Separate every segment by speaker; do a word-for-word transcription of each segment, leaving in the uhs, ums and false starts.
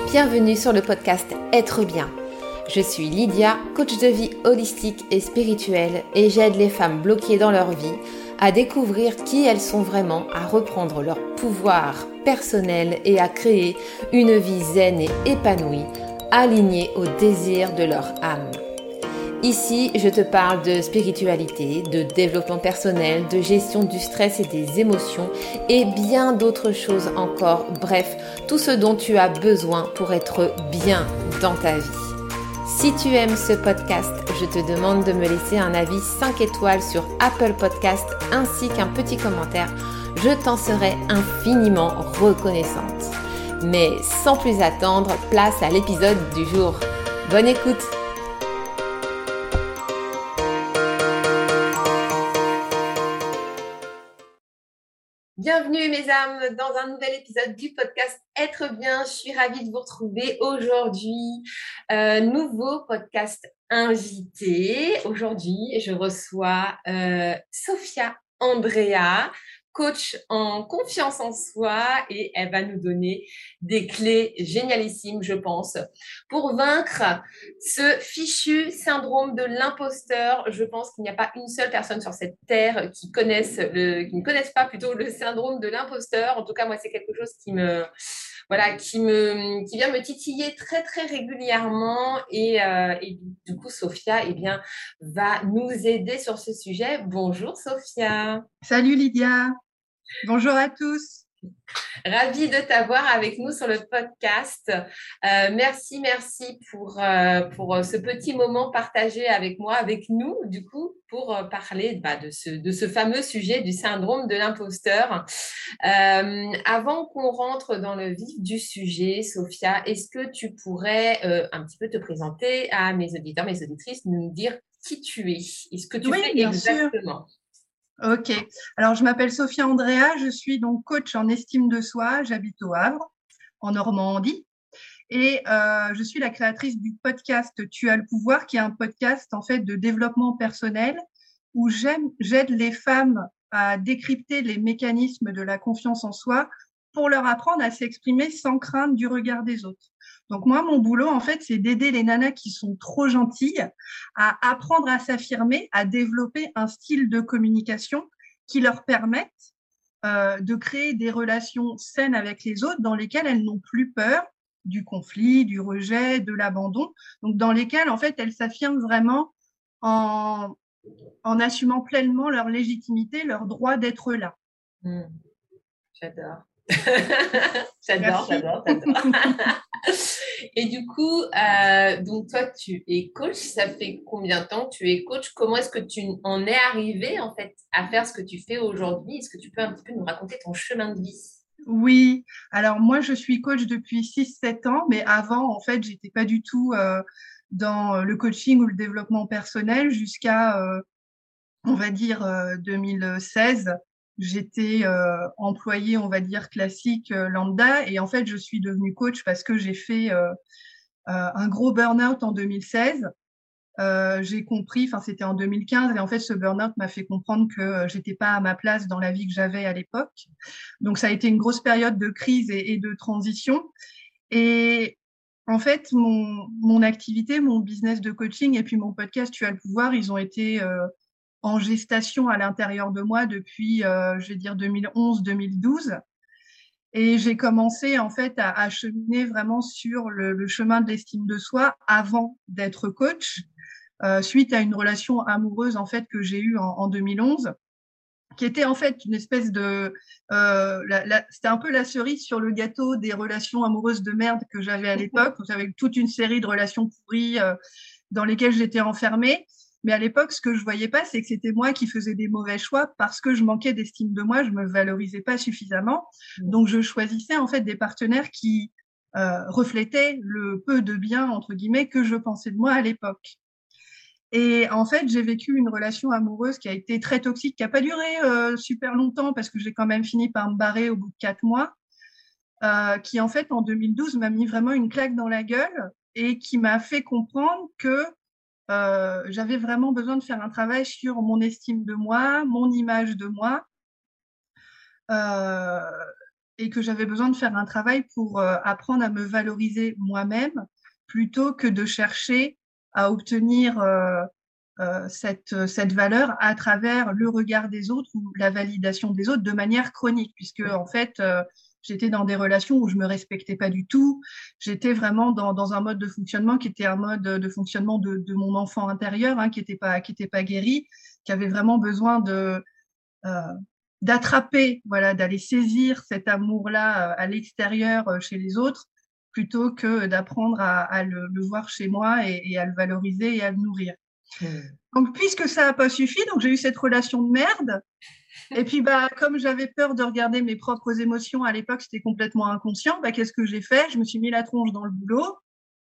Speaker 1: Bienvenue sur le podcast Être bien. Je suis Lydia, coach de vie holistique et spirituelle et j'aide les femmes bloquées dans leur vie à découvrir qui elles sont vraiment, à reprendre leur pouvoir personnel et à créer une vie zen et épanouie, alignée au désir de leur âme. Ici, je te parle de spiritualité, de développement personnel, de gestion du stress et des émotions et bien d'autres choses encore. Bref, tout ce dont tu as besoin pour être bien dans ta vie. Si tu aimes ce podcast, je te demande de me laisser un avis cinq étoiles sur Apple Podcast ainsi qu'un petit commentaire. Je t'en serai infiniment reconnaissante. Mais sans plus attendre, place à l'épisode du jour. Bonne écoute! Bienvenue mes âmes dans un nouvel épisode du podcast Être bien. Je suis ravie de vous retrouver aujourd'hui. Euh, nouveau podcast invité. Aujourd'hui, je reçois euh, Sophia Andrea, coach en confiance en soi, et elle va nous donner des clés génialissimes, je pense, pour vaincre ce fichu syndrome de l'imposteur. Je pense qu'il n'y a pas une seule personne sur cette terre qui connaisse le, qui ne connaisse pas plutôt le syndrome de l'imposteur. En tout cas, moi, c'est quelque chose qui me, voilà, qui me, qui vient me titiller très très régulièrement. Et, euh, et du coup, Sophia, eh bien, va nous aider sur ce sujet. Bonjour, Sophia.
Speaker 2: Salut Lydia. Bonjour à tous.
Speaker 1: Ravie de t'avoir avec nous sur le podcast. Euh, merci, merci pour, euh, pour ce petit moment partagé avec moi, avec nous, du coup, pour parler bah, de, ce, de ce fameux sujet du syndrome de l'imposteur. Euh, avant qu'on rentre dans le vif du sujet, Sophia, est-ce que tu pourrais euh, un petit peu te présenter à mes auditeurs, mes auditrices, nous dire qui tu es et ce que tu
Speaker 2: Oui,
Speaker 1: fais
Speaker 2: bien
Speaker 1: exactement?
Speaker 2: sûr. Ok. Alors, je m'appelle Sophia Andrea. Je suis donc coach en estime de soi. J'habite au Havre, en Normandie. Et euh, je suis la créatrice du podcast Tu as le pouvoir, qui est un podcast en fait de développement personnel où j'aime, j'aide les femmes à décrypter les mécanismes de la confiance en soi pour leur apprendre à s'exprimer sans crainte du regard des autres. Donc moi, mon boulot, en fait, c'est d'aider les nanas qui sont trop gentilles à apprendre à s'affirmer, à développer un style de communication qui leur permette euh, de créer des relations saines avec les autres dans lesquelles elles n'ont plus peur du conflit, du rejet, de l'abandon, donc dans lesquelles, en fait, elles s'affirment vraiment en, en assumant pleinement leur légitimité, leur droit d'être là.
Speaker 1: Mmh, j'adore. J'adore,
Speaker 2: Merci.
Speaker 1: j'adore, j'adore. Et du coup, euh, donc toi, tu es coach. Ça fait combien de temps que tu es coach? Comment est-ce que tu en es arrivé en fait à faire ce que tu fais aujourd'hui? Est-ce que tu peux un petit peu nous raconter ton chemin de vie?
Speaker 2: Oui, alors moi, je suis coach depuis six sept ans, mais avant, en fait, j'étais pas du tout euh, dans le coaching ou le développement personnel jusqu'à, euh, on va dire, euh, deux mille seize. J'étais euh, employée, on va dire, classique euh, lambda, et en fait, je suis devenue coach parce que j'ai fait euh, euh, un gros burn-out en deux mille seize. Euh, j'ai compris, enfin c'était en deux mille quinze, et en fait ce burn-out m'a fait comprendre que euh, j'étais pas à ma place dans la vie que j'avais à l'époque. Donc ça a été une grosse période de crise et, et de transition. Et en fait mon, mon activité, mon business de coaching et puis mon podcast Tu as le pouvoir, ils ont été euh, en gestation à l'intérieur de moi depuis, euh, je vais dire deux mille onze deux mille douze. Et j'ai commencé en fait à, à cheminer vraiment sur le, le chemin de l'estime de soi avant d'être coach. Euh, suite à une relation amoureuse en fait que j'ai eue en, en deux mille onze, qui était en fait une espèce de, euh, la, la, c'était un peu la cerise sur le gâteau des relations amoureuses de merde que j'avais à l'époque. J'avais toute une série de relations pourries euh, dans lesquelles j'étais enfermée. Mais à l'époque, ce que je voyais pas, c'est que c'était moi qui faisais des mauvais choix parce que je manquais d'estime de moi, je me valorisais pas suffisamment. Donc je choisissais en fait des partenaires qui euh, reflétaient le peu de bien entre guillemets que je pensais de moi à l'époque. Et en fait, j'ai vécu une relation amoureuse qui a été très toxique, qui n'a pas duré euh, super longtemps parce que j'ai quand même fini par me barrer au bout de quatre mois, euh, qui en fait en deux mille douze m'a mis vraiment une claque dans la gueule et qui m'a fait comprendre que euh, j'avais vraiment besoin de faire un travail sur mon estime de moi, mon image de moi. Euh, et que j'avais besoin de faire un travail pour euh, apprendre à me valoriser moi-même plutôt que de chercher à obtenir euh, euh, cette, cette valeur à travers le regard des autres ou la validation des autres de manière chronique, puisque en fait, euh, j'étais dans des relations où je me respectais pas du tout. J'étais vraiment dans, dans un mode de fonctionnement qui était un mode de fonctionnement de, de mon enfant intérieur, hein, qui était pas, qui était pas guéri, qui avait vraiment besoin de euh, d'attraper, voilà, d'aller saisir cet amour-là euh, à l'extérieur euh, chez les autres, plutôt que d'apprendre à, à le, le voir chez moi et, et à le valoriser et à le nourrir. Mmh. Donc, puisque ça n'a pas suffi, donc j'ai eu cette relation de merde. Et puis, bah, comme j'avais peur de regarder mes propres émotions à l'époque, c'était complètement inconscient. Bah, qu'est-ce que j'ai fait? Je me suis mis la tronche dans le boulot.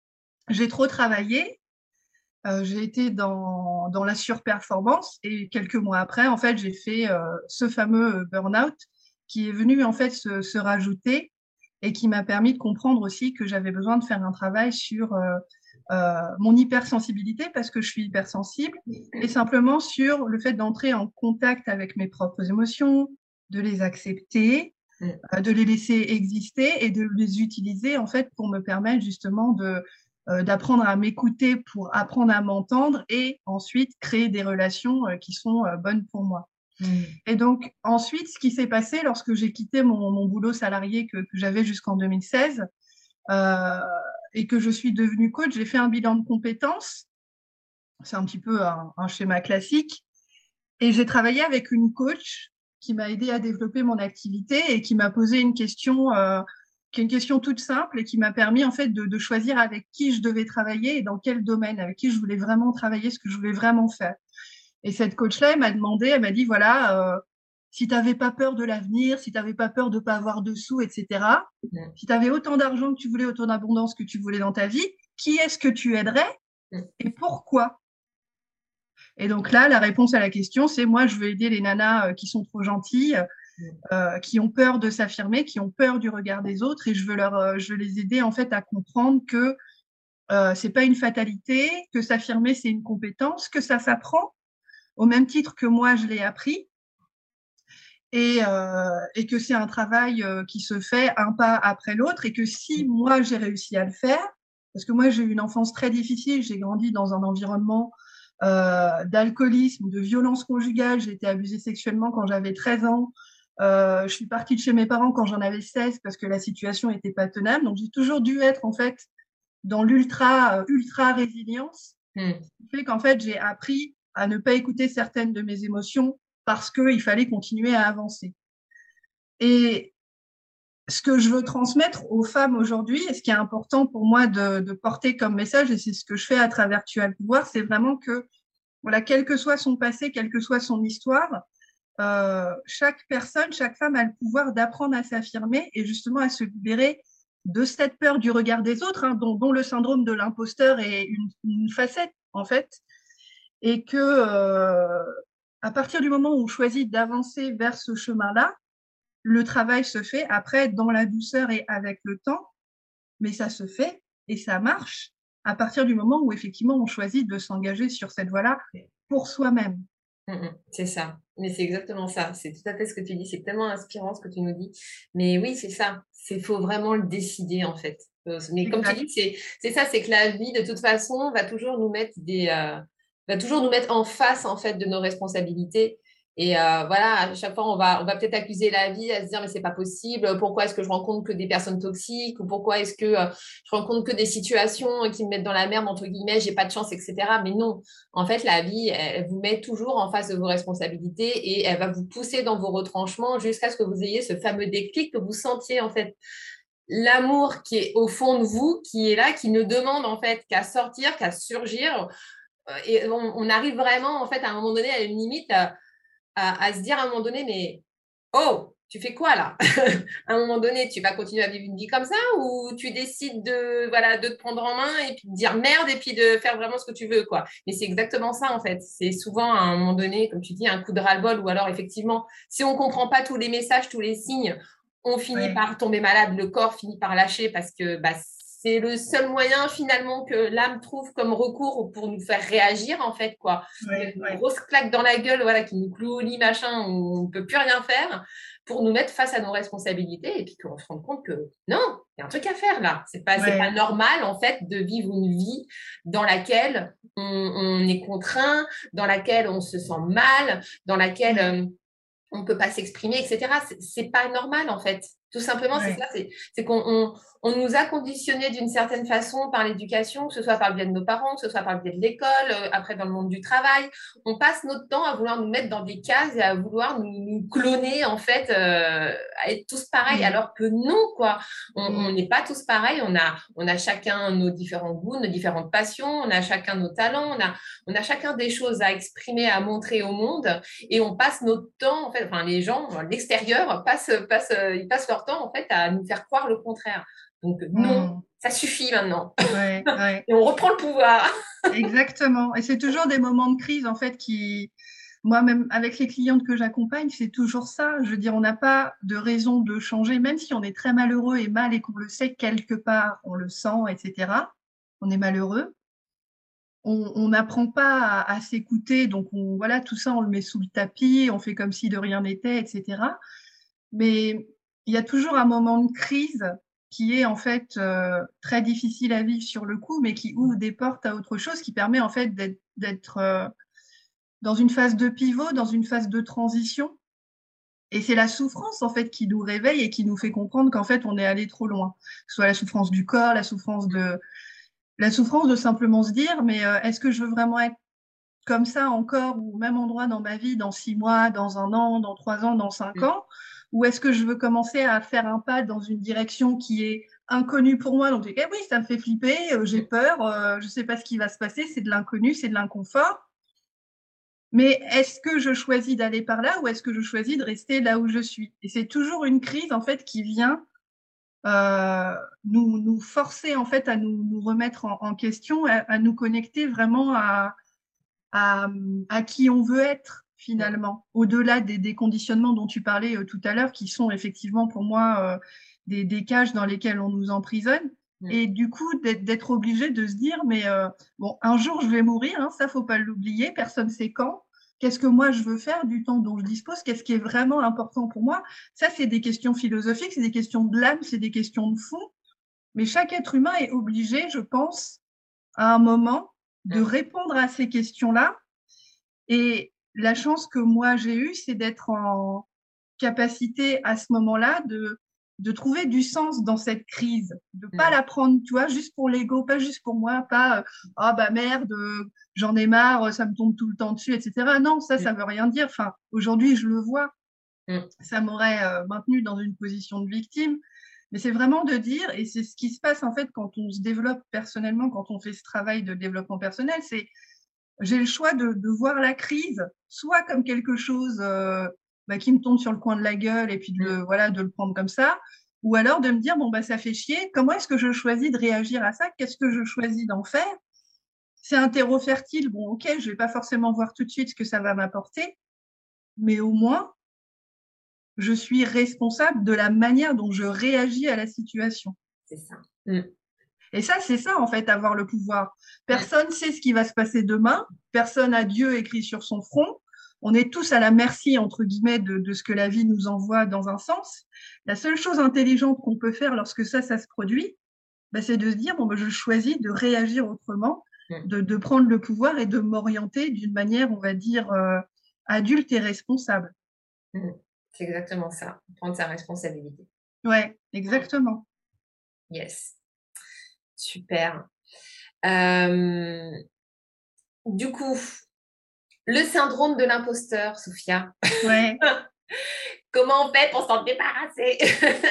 Speaker 2: J'ai trop travaillé. Euh, j'ai été dans, dans la surperformance et quelques mois après, en fait, j'ai fait euh, ce fameux burn-out qui est venu en fait se, se rajouter et qui m'a permis de comprendre aussi que j'avais besoin de faire un travail sur euh, euh, mon hypersensibilité parce que je suis hypersensible et simplement sur le fait d'entrer en contact avec mes propres émotions, de les accepter, euh, de les laisser exister et de les utiliser en fait pour me permettre justement de euh, d'apprendre à m'écouter pour apprendre à m'entendre et ensuite créer des relations euh, qui sont euh, bonnes pour moi. Mmh. Et donc ensuite, ce qui s'est passé lorsque j'ai quitté mon, mon boulot salarié que, que j'avais jusqu'en deux mille seize euh, et que je suis devenue coach, j'ai fait un bilan de compétences. C'est un petit peu un, un schéma classique. Et j'ai travaillé avec une coach qui m'a aidé à développer mon activité et qui m'a posé une question, euh, qui est une question toute simple et qui m'a permis en fait de, de choisir avec qui je devais travailler et dans quel domaine, avec qui je voulais vraiment travailler, ce que je voulais vraiment faire. Et cette coach-là, elle m'a demandé, elle m'a dit, voilà, euh, si tu n'avais pas peur de l'avenir, si tu n'avais pas peur de ne pas avoir de sous, et cetera, mmh. si tu avais autant d'argent que tu voulais, autant d'abondance que tu voulais dans ta vie, qui est-ce que tu aiderais mmh. et pourquoi? Et donc là, la réponse à la question, c'est moi, je veux aider les nanas qui sont trop gentilles, euh, qui ont peur de s'affirmer, qui ont peur du regard des autres, et je veux leur, euh, je veux les aider en fait à comprendre que euh, c'est pas une fatalité, que s'affirmer c'est une compétence, que ça s'apprend au même titre que moi je l'ai appris, et, euh, et que c'est un travail euh, qui se fait un pas après l'autre, et que si moi j'ai réussi à le faire, parce que moi j'ai eu une enfance très difficile, j'ai grandi dans un environnement Euh, d'alcoolisme, de violence conjugale. J'ai été abusée sexuellement quand j'avais treize ans. Euh, je suis partie de chez mes parents quand j'en avais seize parce que la situation n'était pas tenable. Donc, j'ai toujours dû être en fait dans l'ultra ultra résilience. Mm. Ce qui fait qu'en fait, j'ai appris à ne pas écouter certaines de mes émotions parce qu'il fallait continuer à avancer. Et ce que je veux transmettre aux femmes aujourd'hui, et ce qui est important pour moi de, de porter comme message, et c'est ce que je fais à travers Tu as le pouvoir, c'est vraiment que, voilà, quel que soit son passé, quelle que soit son histoire, euh, chaque personne, chaque femme a le pouvoir d'apprendre à s'affirmer et justement à se libérer de cette peur du regard des autres, hein, dont, dont le syndrome de l'imposteur est une, une facette, en fait, et que euh, à partir du moment où on choisit d'avancer vers ce chemin-là, le travail se fait après dans la douceur et avec le temps, mais ça se fait et ça marche à partir du moment où effectivement on choisit de s'engager sur cette voie-là pour soi-même.
Speaker 1: Mmh, c'est ça, mais c'est exactement ça, c'est tout à fait ce que tu dis, c'est tellement inspirant ce que tu nous dis, mais oui, c'est ça, il faut vraiment le décider en fait. Mais exact. Comme tu dis, c'est, c'est ça, c'est que la vie de toute façon va toujours nous mettre des, euh, va toujours nous mettre en face en fait de nos responsabilités. Et euh, voilà, à chaque fois, on va, on va peut-être accuser la vie à se dire mais c'est pas possible, pourquoi est-ce que je rencontre que des personnes toxiques ou pourquoi est-ce que euh, je rencontre que des situations qui me mettent dans la merde, entre guillemets, j'ai pas de chance, et cetera. Mais non, en fait, la vie, elle, elle vous met toujours en face de vos responsabilités et elle va vous pousser dans vos retranchements jusqu'à ce que vous ayez ce fameux déclic, que vous sentiez en fait l'amour qui est au fond de vous, qui est là, qui ne demande en fait qu'à sortir, qu'à surgir. Et on, on arrive vraiment en fait à un moment donné à une limite à, à, à se dire à un moment donné, mais oh, tu fais quoi là? À un moment donné, tu vas continuer à vivre une vie comme ça ou tu décides de, voilà, de te prendre en main et puis de dire merde et puis de faire vraiment ce que tu veux, quoi. Mais c'est exactement ça, en fait. C'est souvent, à un moment donné, comme tu dis, un coup de ras-le-bol ou alors, effectivement, si on ne comprend pas tous les messages, tous les signes, on finit ouais. par tomber malade, le corps finit par lâcher parce que bah, c'est le seul moyen finalement que l'âme trouve comme recours pour nous faire réagir en fait quoi.
Speaker 2: Ouais,
Speaker 1: une
Speaker 2: ouais.
Speaker 1: grosse claque dans la gueule, voilà, qui nous cloue au lit, machin, où on ne peut plus rien faire, pour nous mettre face à nos responsabilités et puis qu'on se rende compte que non, il y a un truc à faire là. C'est pas, c'est
Speaker 2: Ouais.
Speaker 1: pas normal en fait de vivre une vie dans laquelle on, on est contraint, dans laquelle on se sent mal, dans laquelle
Speaker 2: Ouais.
Speaker 1: euh, on ne peut pas s'exprimer, et cetera. C'est, c'est pas normal en fait. Tout simplement,
Speaker 2: Ouais.
Speaker 1: c'est ça, c'est, c'est qu'on on, on nous a conditionnés d'une certaine façon par l'éducation, que ce soit par le biais de nos parents, que ce soit par le biais de l'école, euh, après dans le monde du travail. On passe notre temps à vouloir nous mettre dans des cases et à vouloir nous, nous cloner, en fait, euh, à être tous pareils,
Speaker 2: Mmh.
Speaker 1: alors que non, quoi. On
Speaker 2: Mmh.
Speaker 1: n'est pas tous pareils, on a, on a chacun nos différents goûts, nos différentes passions, on a chacun nos talents, on a, on a chacun des choses à exprimer, à montrer au monde, et on passe notre temps, en fait, enfin les gens, l'extérieur, passent, passent, ils passent leur temps en fait à nous faire croire le contraire. Donc non,
Speaker 2: Mmh.
Speaker 1: ça suffit maintenant.
Speaker 2: Ouais, ouais.
Speaker 1: Et on reprend le pouvoir.
Speaker 2: Exactement. Et c'est toujours des moments de crise en fait qui, moi même avec les clientes que j'accompagne, c'est toujours ça. Je veux dire, on n'a pas de raison de changer, même si on est très malheureux et mal et qu'on le sait quelque part, on le sent, et cetera. On est malheureux. On n'apprend pas à, à s'écouter, donc on, voilà, tout ça, on le met sous le tapis, on fait comme si de rien n'était, et cetera. Mais il y a toujours un moment de crise qui est en fait euh, très difficile à vivre sur le coup, mais qui ouvre des portes à autre chose, qui permet en fait d'être, d'être euh, dans une phase de pivot, dans une phase de transition. Et c'est la souffrance en fait qui nous réveille et qui nous fait comprendre qu'en fait on est allé trop loin. Que ce soit la souffrance du corps, la souffrance de la souffrance de simplement se dire mais euh, est-ce que je veux vraiment être comme ça encore ou au même endroit dans ma vie dans six mois, dans un an, dans trois ans, dans cinq ans, ou est-ce que je veux commencer à faire un pas dans une direction qui est inconnue pour moi? Donc eh oui, ça me fait flipper, euh, j'ai peur, euh, je sais pas ce qui va se passer, c'est de l'inconnu, c'est de l'inconfort. Mais est-ce que je choisis d'aller par là ou est-ce que je choisis de rester là où je suis? Et c'est toujours une crise en fait qui vient euh, nous, nous forcer en fait à nous, nous remettre en, en question, à, à nous connecter vraiment à, à, à qui on veut être finalement, au-delà des, des conditionnements dont tu parlais euh, tout à l'heure, qui sont effectivement pour moi euh, des, des cages dans lesquelles on nous emprisonne.
Speaker 1: Mm.
Speaker 2: Et du coup, d'être, d'être obligé de se dire, mais euh, bon, un jour je vais mourir, hein, ça faut pas l'oublier, personne sait quand. Qu'est-ce que moi je veux faire du temps dont je dispose? Qu'est-ce qui est vraiment important pour moi? Ça, c'est des questions philosophiques, c'est des questions de l'âme, c'est des questions de fond. Mais chaque être humain est obligé, je pense, à un moment, de répondre à ces questions-là. Et la chance que moi j'ai eue, c'est d'être en capacité à ce moment-là de, de trouver du sens dans cette crise, de pas
Speaker 1: Mm.
Speaker 2: la prendre, tu vois, juste pour l'ego, pas juste pour moi, pas ah oh, bah merde, j'en ai marre, ça me tombe tout le temps dessus, et cetera. Non, ça, ça veut rien dire. Enfin, aujourd'hui, je le vois,
Speaker 1: Mm.
Speaker 2: ça m'aurait euh, maintenu dans une position de victime. Mais c'est vraiment de dire, et c'est ce qui se passe en fait quand on se développe personnellement, quand on fait ce travail de développement personnel, c'est j'ai le choix de, de voir la crise soit comme quelque chose euh, bah, qui me tombe sur le coin de la gueule et puis de le, voilà, de le prendre comme ça, ou alors de me dire bon bah ça fait chier, comment est-ce que je choisis de réagir à ça, qu'est-ce que je choisis d'en faire? C'est un terreau fertile, bon ok, je vais pas forcément voir tout de suite ce que ça va m'apporter, mais au moins je suis responsable de la manière dont je réagis à la situation.
Speaker 1: C'est ça. Mm.
Speaker 2: Et ça, c'est ça, en fait, avoir le pouvoir. Personne ne sait ce qui va se passer demain. Personne a Dieu écrit sur son front. On est tous à la merci, entre guillemets, de, de ce que la vie nous envoie dans un sens. La seule chose intelligente qu'on peut faire lorsque ça, ça se produit, bah, c'est de se dire, bon, bah, je choisis de réagir autrement, de, de prendre le pouvoir et de m'orienter d'une manière, on va dire, euh, adulte et responsable.
Speaker 1: Mm. C'est exactement ça, prendre sa responsabilité.
Speaker 2: Ouais, exactement.
Speaker 1: Yes. Super. Euh, du coup, le syndrome de l'imposteur, Sophia.
Speaker 2: Ouais.
Speaker 1: Comment on fait pour s'en débarrasser?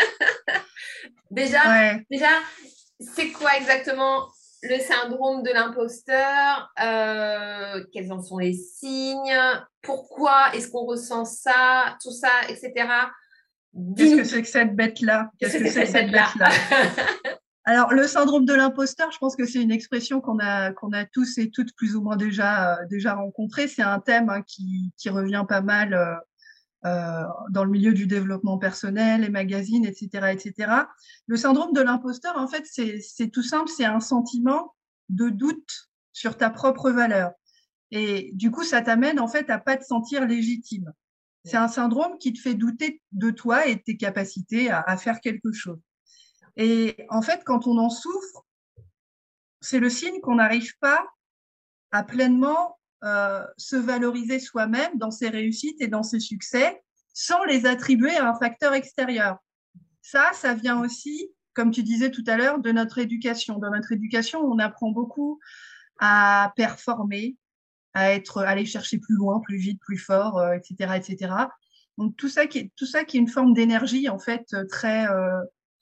Speaker 1: Déjà,
Speaker 2: ouais.
Speaker 1: déjà, c'est quoi exactement le syndrome de l'imposteur? euh, Quels en sont les signes? Pourquoi est-ce qu'on ressent ça? Tout ça, et cetera.
Speaker 2: Qu'est-ce que c'est que cette bête-là?
Speaker 1: Qu'est-ce que c'est que cette bête-là?
Speaker 2: Alors, le syndrome de l'imposteur, je pense que c'est une expression qu'on a, qu'on a tous et toutes plus ou moins déjà, euh, déjà rencontrée. C'est un thème hein, qui, qui revient pas mal euh, euh, dans le milieu du développement personnel, les magazines, et cetera, et cetera. Le syndrome de l'imposteur, en fait, c'est, c'est tout simple, c'est un sentiment de doute sur ta propre valeur. Et du coup, ça t'amène en fait à pas te sentir légitime. C'est un syndrome qui te fait douter de toi et de tes capacités à, à faire quelque chose. Et en fait, quand on en souffre, c'est le signe qu'on n'arrive pas à pleinement euh, se valoriser soi-même dans ses réussites et dans ses succès sans les attribuer à un facteur extérieur. Ça, ça vient aussi, comme tu disais tout à l'heure, de notre éducation. Dans notre éducation, on apprend beaucoup à performer, à être, à aller chercher plus loin, plus vite, plus fort, euh, et cetera, et cetera. Donc tout ça qui est, tout ça qui est une forme d'énergie en fait très, euh,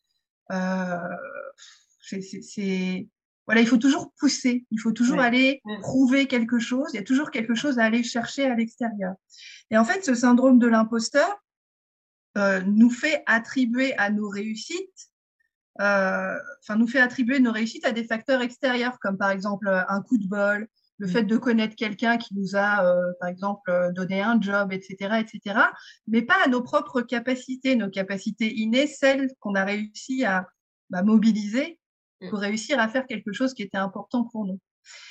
Speaker 2: euh, c'est, c'est, c'est, voilà, il faut toujours pousser, il faut toujours
Speaker 1: Ouais.
Speaker 2: aller prouver quelque chose, il y a toujours quelque chose à aller chercher à l'extérieur. Et en fait, ce syndrome de l'imposteur euh, nous fait attribuer à nos réussites, euh, enfin nous fait attribuer nos réussites à des facteurs extérieurs, comme par exemple un coup de bol, le fait de connaître quelqu'un qui nous a, euh, par exemple, donné un job, et cetera, et cetera, mais pas à nos propres capacités, nos capacités innées, celles qu'on a réussi à bah, mobiliser pour réussir à faire quelque chose qui était important pour nous.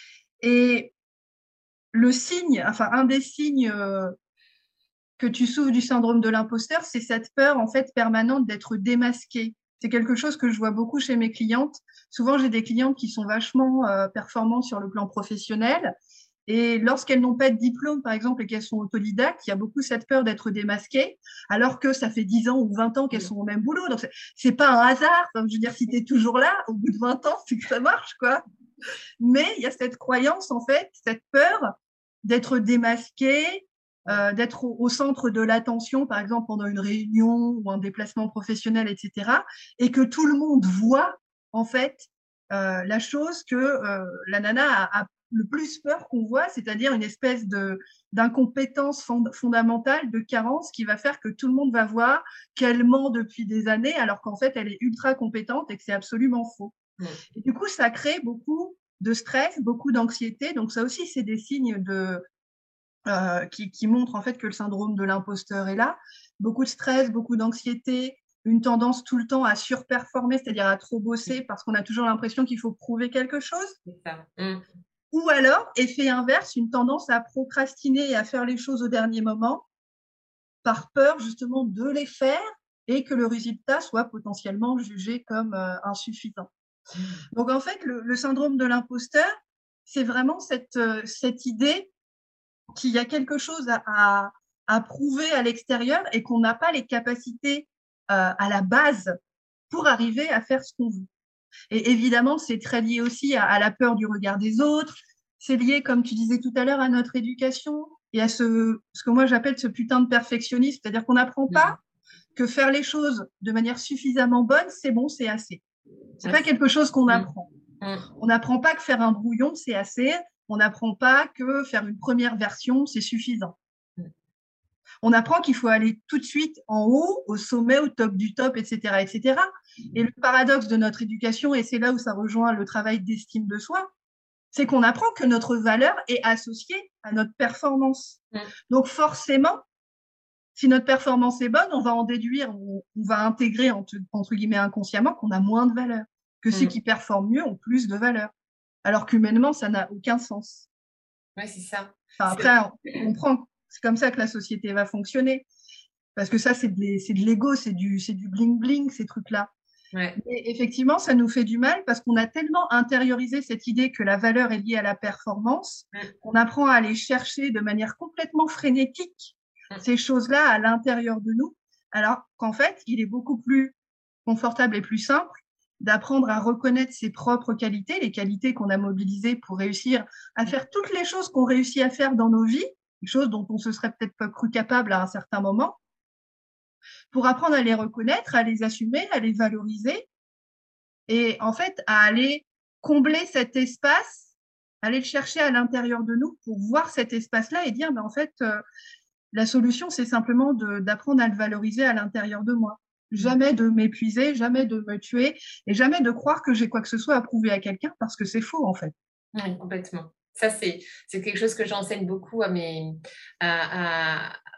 Speaker 2: Et le signe, enfin un des signes euh, que tu souffres du syndrome de l'imposteur, c'est cette peur en fait permanente d'être démasqué. C'est quelque chose que je vois beaucoup chez mes clientes. Souvent, j'ai des clientes qui sont vachement euh, performantes sur le plan professionnel. Et lorsqu'elles n'ont pas de diplôme, par exemple, et qu'elles sont autodidactes, il y a beaucoup cette peur d'être démasquées, alors que ça fait dix ans ou vingt ans qu'elles sont au même boulot. Donc, c'est, c'est pas un hasard. Enfin, je veux dire, si tu es toujours là, au bout de vingt ans, c'est que ça marche, quoi. Mais il y a cette croyance, en fait, cette peur d'être démasqué, euh, d'être au, au centre de l'attention, par exemple, pendant une réunion ou un déplacement professionnel, et cetera. Et que tout le monde voit, en fait, euh, la chose que euh, la nana a, a le plus peur qu'on voit, c'est-à-dire une espèce de d'incompétence fond, fondamentale, de carence qui va faire que tout le monde va voir qu'elle ment depuis des années alors qu'en fait elle est ultra compétente et que c'est absolument faux. Mmh. Et du coup, ça crée beaucoup de stress, beaucoup d'anxiété. Donc ça aussi, c'est des signes de euh, qui, qui montrent en fait que le syndrome de l'imposteur est là. Beaucoup de stress, beaucoup d'anxiété, une tendance tout le temps à surperformer, c'est-à-dire à trop bosser parce qu'on a toujours l'impression qu'il faut prouver quelque chose. C'est ça. Mmh. Ou alors, effet inverse, une tendance à procrastiner et à faire les choses au dernier moment par peur justement de les faire et que le résultat soit potentiellement jugé comme euh, insuffisant. Mmh. Donc en fait, le, le syndrome de l'imposteur, c'est vraiment cette, euh, cette idée qu'il y a quelque chose à, à, à prouver à l'extérieur et qu'on n'a pas les capacités euh, à la base pour arriver à faire ce qu'on veut. Et évidemment, c'est très lié aussi à, à la peur du regard des autres. C'est lié, comme tu disais tout à l'heure, à notre éducation et à ce, ce que moi j'appelle ce putain de perfectionnisme. C'est-à-dire qu'on n'apprend pas que faire les choses de manière suffisamment bonne, c'est bon, c'est assez. C'est pas quelque chose qu'on apprend. On n'apprend pas que faire un brouillon, c'est assez. On n'apprend pas que faire une première version, c'est suffisant. On apprend qu'il faut aller tout de suite en haut, au sommet, au top du top, et cetera, et cetera. Et le paradoxe de notre éducation, et c'est là où ça rejoint le travail d'estime de soi, c'est qu'on apprend que notre valeur est associée à notre performance. Mmh. Donc forcément, si notre performance est bonne, on va en déduire, on, on va intégrer entre, entre guillemets inconsciemment qu'on a moins de valeur, que mmh. ceux qui performent mieux ont plus de valeur. Alors qu'humainement, ça n'a aucun sens.
Speaker 1: Ouais, c'est ça.
Speaker 2: Enfin, après, on comprend. C'est comme ça que la société va fonctionner. Parce que ça, c'est de, c'est de l'ego, c'est du, c'est du bling-bling, ces trucs-là. Ouais. Mais effectivement, ça nous fait du mal parce qu'on a tellement intériorisé cette idée que la valeur est liée à la performance mmh. qu'on apprend à aller chercher de manière complètement frénétique mmh. ces choses-là à l'intérieur de nous. Alors qu'en fait, il est beaucoup plus confortable et plus simple d'apprendre à reconnaître ses propres qualités, les qualités qu'on a mobilisées pour réussir à faire toutes les choses qu'on réussit à faire dans nos vies, des choses dont on se serait peut-être pas cru capable à un certain moment, pour apprendre à les reconnaître, à les assumer, à les valoriser et en fait à aller combler cet espace, aller le chercher à l'intérieur de nous pour voir cet espace-là et dire mais en fait euh, la solution c'est simplement de, d'apprendre à le valoriser à l'intérieur de moi. Jamais de m'épuiser, jamais de me tuer et jamais de croire que j'ai quoi que ce soit à prouver à quelqu'un parce que c'est faux en fait.
Speaker 1: Oui, complètement. Ça, c'est, c'est quelque chose que j'enseigne beaucoup à mes, à, à,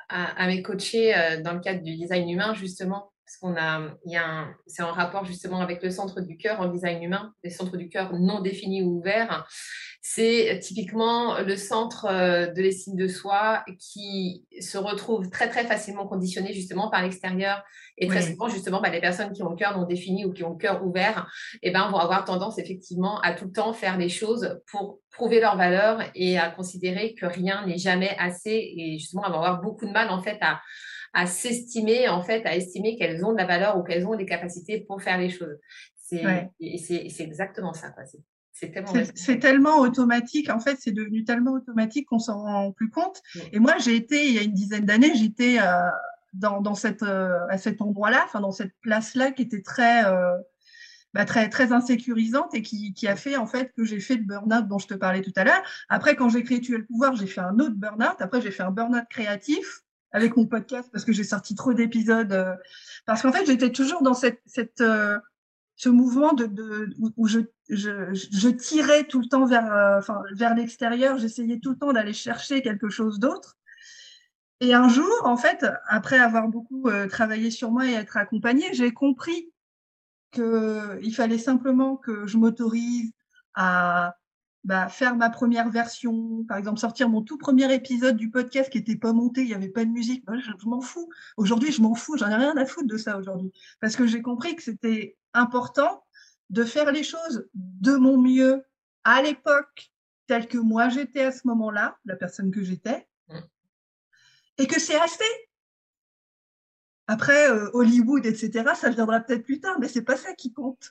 Speaker 1: à, à mes coachés euh, dans le cadre du design humain, justement, parce qu'on a, il y a un, c'est en rapport justement avec le centre du cœur en design humain, les centres du cœur non définis ou ouverts. C'est typiquement le centre euh, de l'estime de soi qui se retrouve très très facilement conditionné justement par l'extérieur. Et très
Speaker 2: Oui,
Speaker 1: souvent, justement, bah, les personnes qui ont le cœur non défini ou qui ont le cœur ouvert, eh ben, vont avoir tendance effectivement à tout le temps faire les choses pour prouver leur valeur et à considérer que rien n'est jamais assez et justement à avoir beaucoup de mal en fait à, à s'estimer, en fait, à estimer qu'elles ont de la valeur ou qu'elles ont des capacités pour faire les choses. C'est,
Speaker 2: ouais.
Speaker 1: et c'est, c'est exactement ça, quoi. C'est, c'est tellement vrai.
Speaker 2: C'est c'est tellement automatique, en fait, c'est devenu tellement automatique qu'on s'en rend plus compte. Et moi, j'ai été, il y a une dizaine d'années, j'étais euh, dans, dans cette, euh, à cet endroit-là, enfin, dans cette place-là qui était très, euh, bah, très, très insécurisante et qui, qui a fait, en fait, que j'ai fait le burn-out dont je te parlais tout à l'heure. Après, quand j'ai créé Tu es le pouvoir, j'ai fait un autre burn-out. Après, j'ai fait un burn-out créatif avec mon podcast parce que j'ai sorti trop d'épisodes. euh, parce qu'en fait, j'étais toujours dans cette, cette, euh, ce mouvement de, de où où je, je, je tirais tout le temps vers, euh, enfin, vers l'extérieur, j'essayais tout le temps d'aller chercher quelque chose d'autre. Et un jour, en fait, après avoir beaucoup euh, travaillé sur moi et être accompagnée, j'ai compris que il fallait simplement que je m'autorise à bah, faire ma première version, par exemple sortir mon tout premier épisode du podcast qui n'était pas monté, il n'y avait pas de musique. Moi, je, je m'en fous. Aujourd'hui, je m'en fous. J'en ai rien à foutre de ça aujourd'hui. Parce que j'ai compris que c'était important de faire les choses de mon mieux à l'époque, telle que moi j'étais à ce moment-là, la personne que j'étais, et que c'est resté. Après, euh, Hollywood, et cetera, ça viendra peut-être plus tard, mais c'est pas ça qui compte.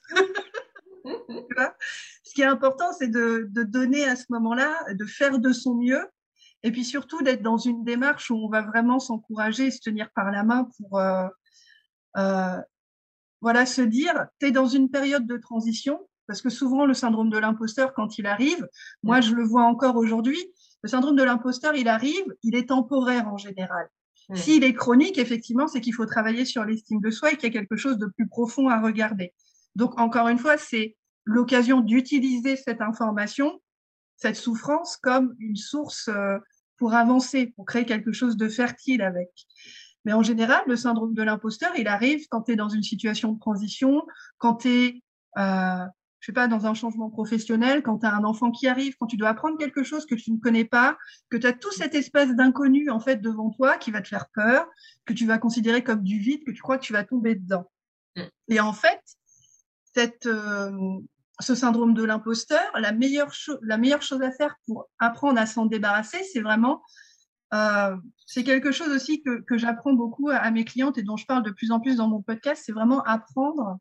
Speaker 2: Tu vois. Ce qui est important, c'est de, de donner à ce moment-là, de faire de son mieux, et puis surtout d'être dans une démarche où on va vraiment s'encourager et se tenir par la main pour euh, euh, voilà, se dire, tu es dans une période de transition, parce que souvent le syndrome de l'imposteur, quand il arrive, moi je le vois encore aujourd'hui, le syndrome de l'imposteur, il arrive, il est temporaire en général. S'il est chronique, effectivement, c'est qu'il faut travailler sur l'estime de soi et qu'il y a quelque chose de plus profond à regarder. Donc, encore une fois, c'est l'occasion d'utiliser cette information, cette souffrance, comme une source euh, pour avancer, pour créer quelque chose de fertile avec. Mais en général, le syndrome de l'imposteur, il arrive quand tu es dans une situation de transition, quand tu es, euh, je sais pas, dans un changement professionnel, quand tu as un enfant qui arrive, quand tu dois apprendre quelque chose que tu ne connais pas, que tu as tout cet espace d'inconnu en fait devant toi qui va te faire peur, que tu vas considérer comme du vide, que tu crois que tu vas tomber dedans. Et en fait, cette, euh, ce syndrome de l'imposteur, la meilleure, cho- la meilleure chose à faire pour apprendre à s'en débarrasser, c'est vraiment euh, c'est quelque chose aussi que, que j'apprends beaucoup à, à mes clientes et dont je parle de plus en plus dans mon podcast, c'est vraiment apprendre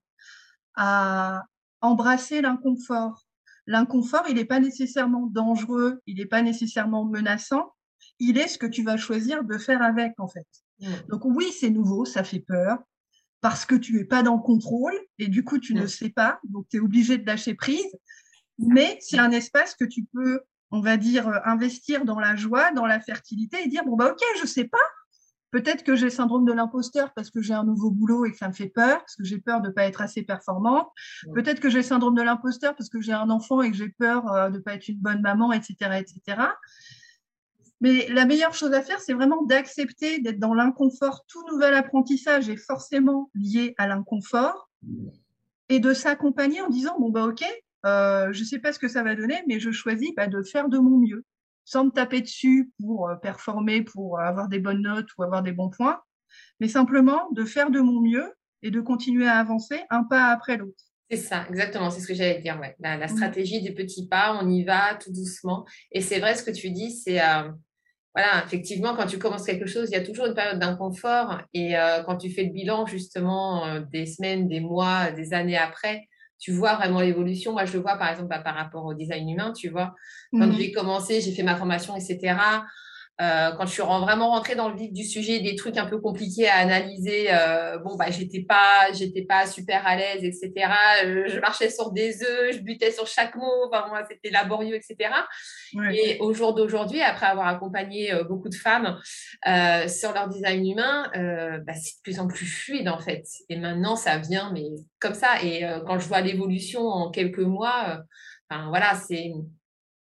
Speaker 2: à embrasser l'inconfort. L'inconfort, il n'est pas nécessairement dangereux, il n'est pas nécessairement menaçant, il est ce que tu vas choisir de faire avec, en fait. Mmh. Donc oui, c'est nouveau, ça fait peur, parce que tu n'es pas dans le contrôle, et du coup, tu mmh. ne sais pas, donc tu es obligé de lâcher prise, mais c'est un espace que tu peux on va dire, investir dans la joie, dans la fertilité et dire, bon, bah, ok, je sais pas. Peut-être que j'ai le syndrome de l'imposteur parce que j'ai un nouveau boulot et que ça me fait peur, parce que j'ai peur de ne pas être assez performante. Ouais. Peut-être que j'ai le syndrome de l'imposteur parce que j'ai un enfant et que j'ai peur euh, de ne pas être une bonne maman, et cetera, et cetera. Mais la meilleure chose à faire, c'est vraiment d'accepter d'être dans l'inconfort. Tout nouvel apprentissage est forcément lié à l'inconfort et de s'accompagner en disant, bon, bah, ok, euh, je ne sais pas ce que ça va donner, mais je choisis bah, de faire de mon mieux, sans me taper dessus pour euh, performer, pour avoir des bonnes notes ou avoir des bons points, mais simplement de faire de mon mieux et de continuer à avancer un pas après l'autre.
Speaker 1: C'est ça, exactement, c'est ce que j'allais dire. Ouais. La, la stratégie mmh. des petits pas, on y va tout doucement. Et c'est vrai, ce que tu dis, c'est... Euh, voilà, effectivement, quand tu commences quelque chose, il y a toujours une période d'inconfort. Et euh, quand tu fais le bilan, justement, euh, des semaines, des mois, des années après, tu vois vraiment l'évolution. Moi, je le vois, par exemple, bah, par rapport au design humain, tu vois. Quand mmh. j'ai commencé, j'ai fait ma formation, et cetera. Euh, quand je suis vraiment rentrée dans le vif du sujet, des trucs un peu compliqués à analyser, euh, bon, bah, j'étais pas, j'étais pas super à l'aise, et cetera. Euh, je marchais sur des œufs, je butais sur chaque mot, enfin, moi, c'était laborieux, et cetera. Ouais. Et au jour d'aujourd'hui, après avoir accompagné euh, beaucoup de femmes euh, sur leur design humain, euh, bah, c'est de plus en plus fluide, en fait. Et maintenant, ça vient, mais comme ça. Et euh, quand je vois l'évolution en quelques mois, euh, enfin, voilà, c'est...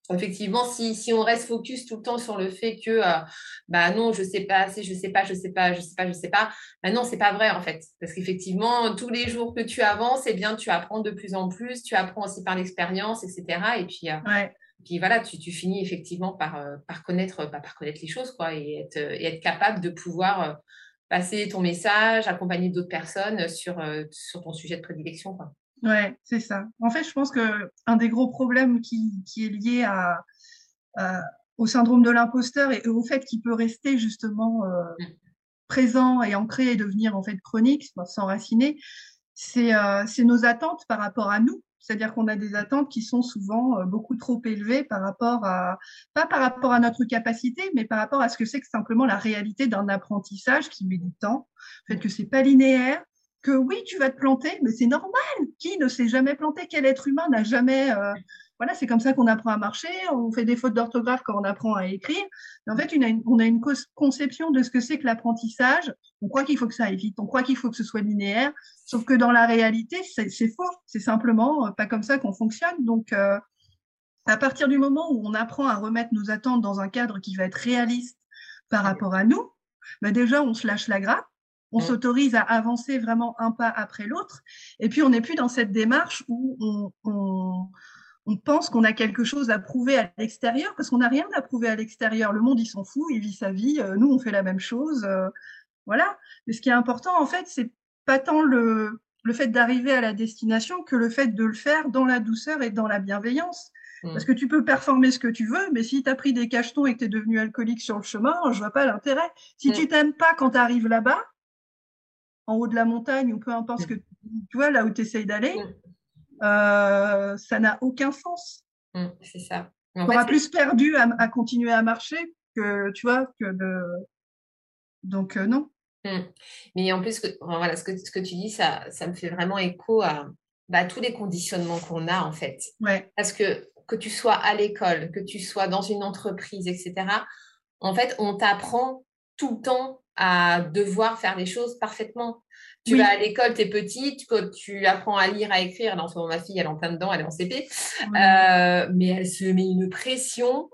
Speaker 1: Effectivement, si, si on reste focus tout le temps sur le fait que euh, bah non, je sais pas, c'est je sais pas, je sais pas, je sais pas, je sais pas, bah non, c'est pas vrai en fait. Parce qu'effectivement, tous les jours que tu avances, eh bien, tu apprends de plus en plus, tu apprends aussi par l'expérience, et cetera. Et puis, euh,
Speaker 2: Ouais,
Speaker 1: puis voilà, tu, tu finis effectivement par, euh, par connaître, bah, par connaître les choses, quoi, et être, et être capable de pouvoir euh, passer ton message, accompagner d'autres personnes sur, euh, sur ton sujet de prédilection, quoi.
Speaker 2: ouais, c'est ça. En fait, je pense que un des gros problèmes qui, qui est lié à, à- au syndrome de l'imposteur et au fait qu'il peut rester justement euh,
Speaker 1: Mm.
Speaker 2: présent et ancré et devenir en fait chronique, s'enraciner, c'est euh, c'est nos attentes par rapport à nous. C'est-à-dire qu'on a des attentes qui sont souvent euh, beaucoup trop élevées par rapport à, pas par rapport à notre capacité, mais par rapport à ce que c'est que simplement la réalité d'un apprentissage qui met du temps. Le fait que c'est pas linéaire, que oui, tu vas te planter, mais c'est normal. Qui ne s'est jamais planté? Quel être humain n'a jamais, euh, voilà, c'est comme ça qu'on apprend à marcher. On fait des fautes d'orthographe quand on apprend à écrire. Mais en fait, une, on a une conception de ce que c'est que l'apprentissage. On croit qu'il faut que ça aille vite. On croit qu'il faut que ce soit linéaire. Sauf que dans la réalité, c'est faux. C'est simplement pas comme ça qu'on fonctionne. Donc, euh, à partir du moment où on apprend à remettre nos attentes dans un cadre qui va être réaliste par rapport à nous, bah déjà, on se lâche la grappe, on
Speaker 1: Mm.
Speaker 2: s'autorise à avancer vraiment un pas après l'autre. Et puis, on n'est plus dans cette démarche où on, on, on pense qu'on a quelque chose à prouver à l'extérieur, parce qu'on n'a rien à prouver à l'extérieur. Le monde, il s'en fout, il vit sa vie. Euh, nous, on fait la même chose. Euh, voilà. Mais ce qui est important, en fait, c'est pas tant le, le fait d'arriver à la destination que le fait de le faire dans la douceur et dans la bienveillance. Parce
Speaker 1: Mm.
Speaker 2: que tu peux performer ce que tu veux, mais si tu as pris des cachetons et que tu es devenu alcoolique sur le chemin, je vois pas l'intérêt. Si tu
Speaker 1: Mm.
Speaker 2: t'aimes pas quand tu arrives là-bas, en haut de la montagne ou peu importe ce que tu vois, là où tu essayes d'aller,
Speaker 1: Mm.
Speaker 2: euh, ça n'a aucun sens.
Speaker 1: Mm. C'est ça. Mais en
Speaker 2: Tu
Speaker 1: fait,
Speaker 2: auras plus perdu à, à continuer à marcher que, tu vois, que de... Donc, euh, non.
Speaker 1: Mm. Mais en plus, que, enfin, voilà, ce que, ce que tu dis, ça, ça me fait vraiment écho à, bah, tous les conditionnements qu'on a, en fait.
Speaker 2: Ouais.
Speaker 1: Parce que que tu sois à l'école, que tu sois dans une entreprise, et cetera, en fait, on t'apprend tout le temps à devoir faire les choses parfaitement. Tu vas à
Speaker 2: Oui.
Speaker 1: l'école, tu es petite, quand tu apprends à lire, à écrire. Là, en ce moment, ma fille, elle est en plein dedans, elle est en C P.
Speaker 2: Oui.
Speaker 1: Euh, mais elle se met une pression.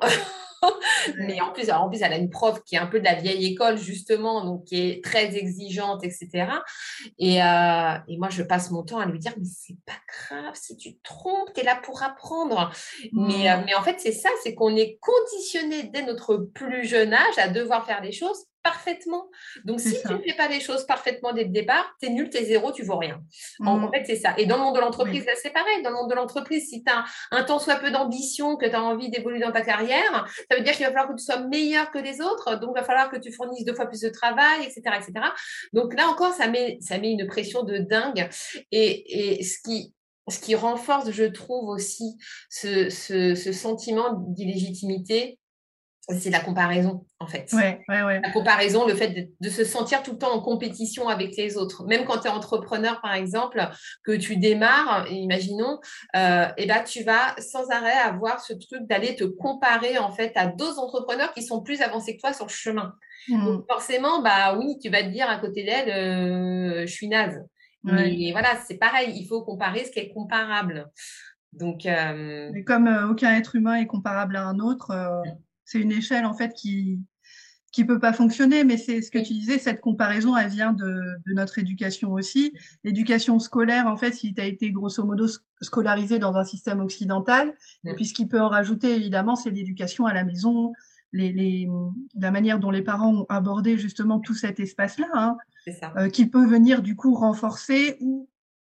Speaker 1: Mais
Speaker 2: Ouais.
Speaker 1: en plus, alors en plus, elle a une prof qui est un peu de la vieille école, justement, donc qui est très exigeante, et cetera. Et, euh, et moi, je passe mon temps à lui dire, mais c'est pas grave, si tu te trompes, tu es là pour apprendre. Mais, euh,
Speaker 2: Mm.
Speaker 1: mais en fait, c'est ça, c'est qu'on est conditionné dès notre plus jeune âge à devoir faire les choses parfaitement. Donc,
Speaker 2: C'est
Speaker 1: si tu ne
Speaker 2: ça.
Speaker 1: fais pas les choses parfaitement dès le départ, tu es nul, tu es zéro, tu vaux rien. En, en
Speaker 2: Mm.
Speaker 1: fait, c'est ça. Et dans le monde de l'entreprise,
Speaker 2: Oui.
Speaker 1: là, c'est pareil. Dans le monde de l'entreprise, si tu as un tant soit peu d'ambition, que tu as envie d'évoluer dans ta carrière, ça veut dire qu'il va falloir que tu sois meilleur que les autres. Donc, il va falloir que tu fournisses deux fois plus de travail, et cetera, et cetera. Donc là encore, ça met, ça met une pression de dingue. Et, et ce qui, ce qui renforce, je trouve aussi, ce, ce, ce sentiment d'illégitimité, c'est la comparaison, en fait.
Speaker 2: Ouais, ouais, ouais.
Speaker 1: La comparaison, le fait de, de se sentir tout le temps en compétition avec les autres. Même quand tu es entrepreneur, par exemple, que tu démarres, imaginons, euh, et ben, tu vas sans arrêt avoir ce truc d'aller te comparer en fait à d'autres entrepreneurs qui sont plus avancés que toi sur le chemin. Donc
Speaker 2: Mm.
Speaker 1: forcément, bah oui, tu vas te dire à côté d'elle, euh, je suis naze.
Speaker 2: Ouais.
Speaker 1: Mais voilà, c'est pareil, il faut comparer ce qui est comparable. Donc, euh,
Speaker 2: Mais comme euh, aucun être humain est comparable à un autre, euh, c'est une échelle en fait qui qui peut pas fonctionner. Mais c'est ce que tu
Speaker 1: oui,
Speaker 2: disais, cette comparaison, elle vient de, de notre éducation aussi. L'éducation scolaire, en fait, si tu as été grosso modo sc- scolarisé dans un système occidental, et puis ce qui peut en rajouter évidemment, c'est l'éducation à la maison, les, les, la manière dont les parents ont abordé justement tout cet espace-là, hein,
Speaker 1: c'est ça.
Speaker 2: euh, qui peut venir du coup renforcer ou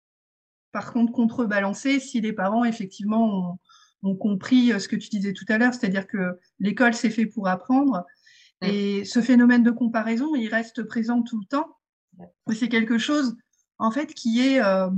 Speaker 2: par contre contrebalancer si les parents effectivement ont, ont compris euh, ce que tu disais tout à l'heure, c'est-à-dire que l'école c'est fait pour apprendre
Speaker 1: Mm.
Speaker 2: et ce phénomène de comparaison il reste présent tout le temps. Mais c'est quelque chose en fait qui est euh,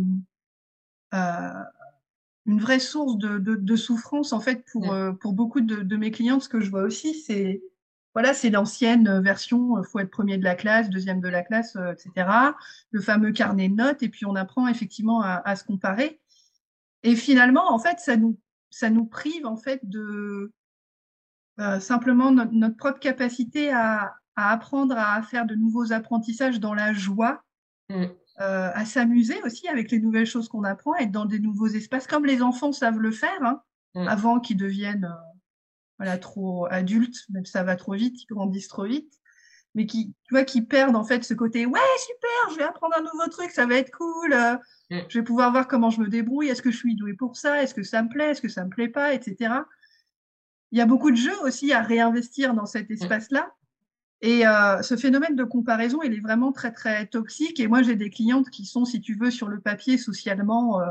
Speaker 2: euh, une vraie source de, de, de souffrance en fait pour
Speaker 1: Mm.
Speaker 2: euh, pour beaucoup de, de mes clientes. Ce que je vois aussi, c'est voilà, c'est l'ancienne version, euh, faut être premier de la classe, deuxième de la classe, euh, et cetera. Le fameux carnet de notes, et puis on apprend effectivement à, à se comparer. Et finalement, en fait, ça nous, ça nous prive en fait de euh, simplement notre, notre propre capacité à, à apprendre à faire de nouveaux apprentissages dans la joie,
Speaker 1: Mm.
Speaker 2: euh, à s'amuser aussi avec les nouvelles choses qu'on apprend, être dans des nouveaux espaces, comme les enfants savent le faire, hein,
Speaker 1: Mm.
Speaker 2: avant qu'ils deviennent. voilà, trop adultes, même ça va trop vite, ils grandissent trop vite, mais qui, tu vois, qui perdent en fait ce côté, ouais, super, je vais apprendre un nouveau truc, ça va être cool, euh,
Speaker 1: Mm.
Speaker 2: je vais pouvoir voir comment je me débrouille, est-ce que je suis douée pour ça, est-ce que ça me plaît, est-ce que ça me plaît pas, et cetera. Il y a beaucoup de jeux aussi à réinvestir dans cet
Speaker 1: Mm.
Speaker 2: espace-là. Et euh, ce phénomène de comparaison, il est vraiment très, très toxique. Et moi, j'ai des clientes qui sont, si tu veux, sur le papier, socialement, euh,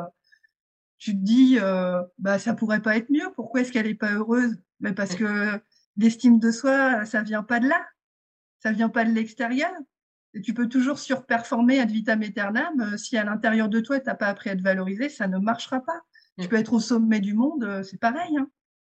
Speaker 2: tu te dis, euh, bah, ça pourrait pas être mieux. Pourquoi est-ce qu'elle est pas heureuse? Mais parce
Speaker 1: Mm.
Speaker 2: que l'estime de soi, ça vient pas de là. Ça vient pas de l'extérieur. Et tu peux toujours surperformer ad vitam aeternam. Euh, si à l'intérieur de toi, tu n'as pas appris à te valoriser, ça ne marchera pas.
Speaker 1: Mm.
Speaker 2: Tu peux être au sommet du monde, euh, c'est pareil, hein.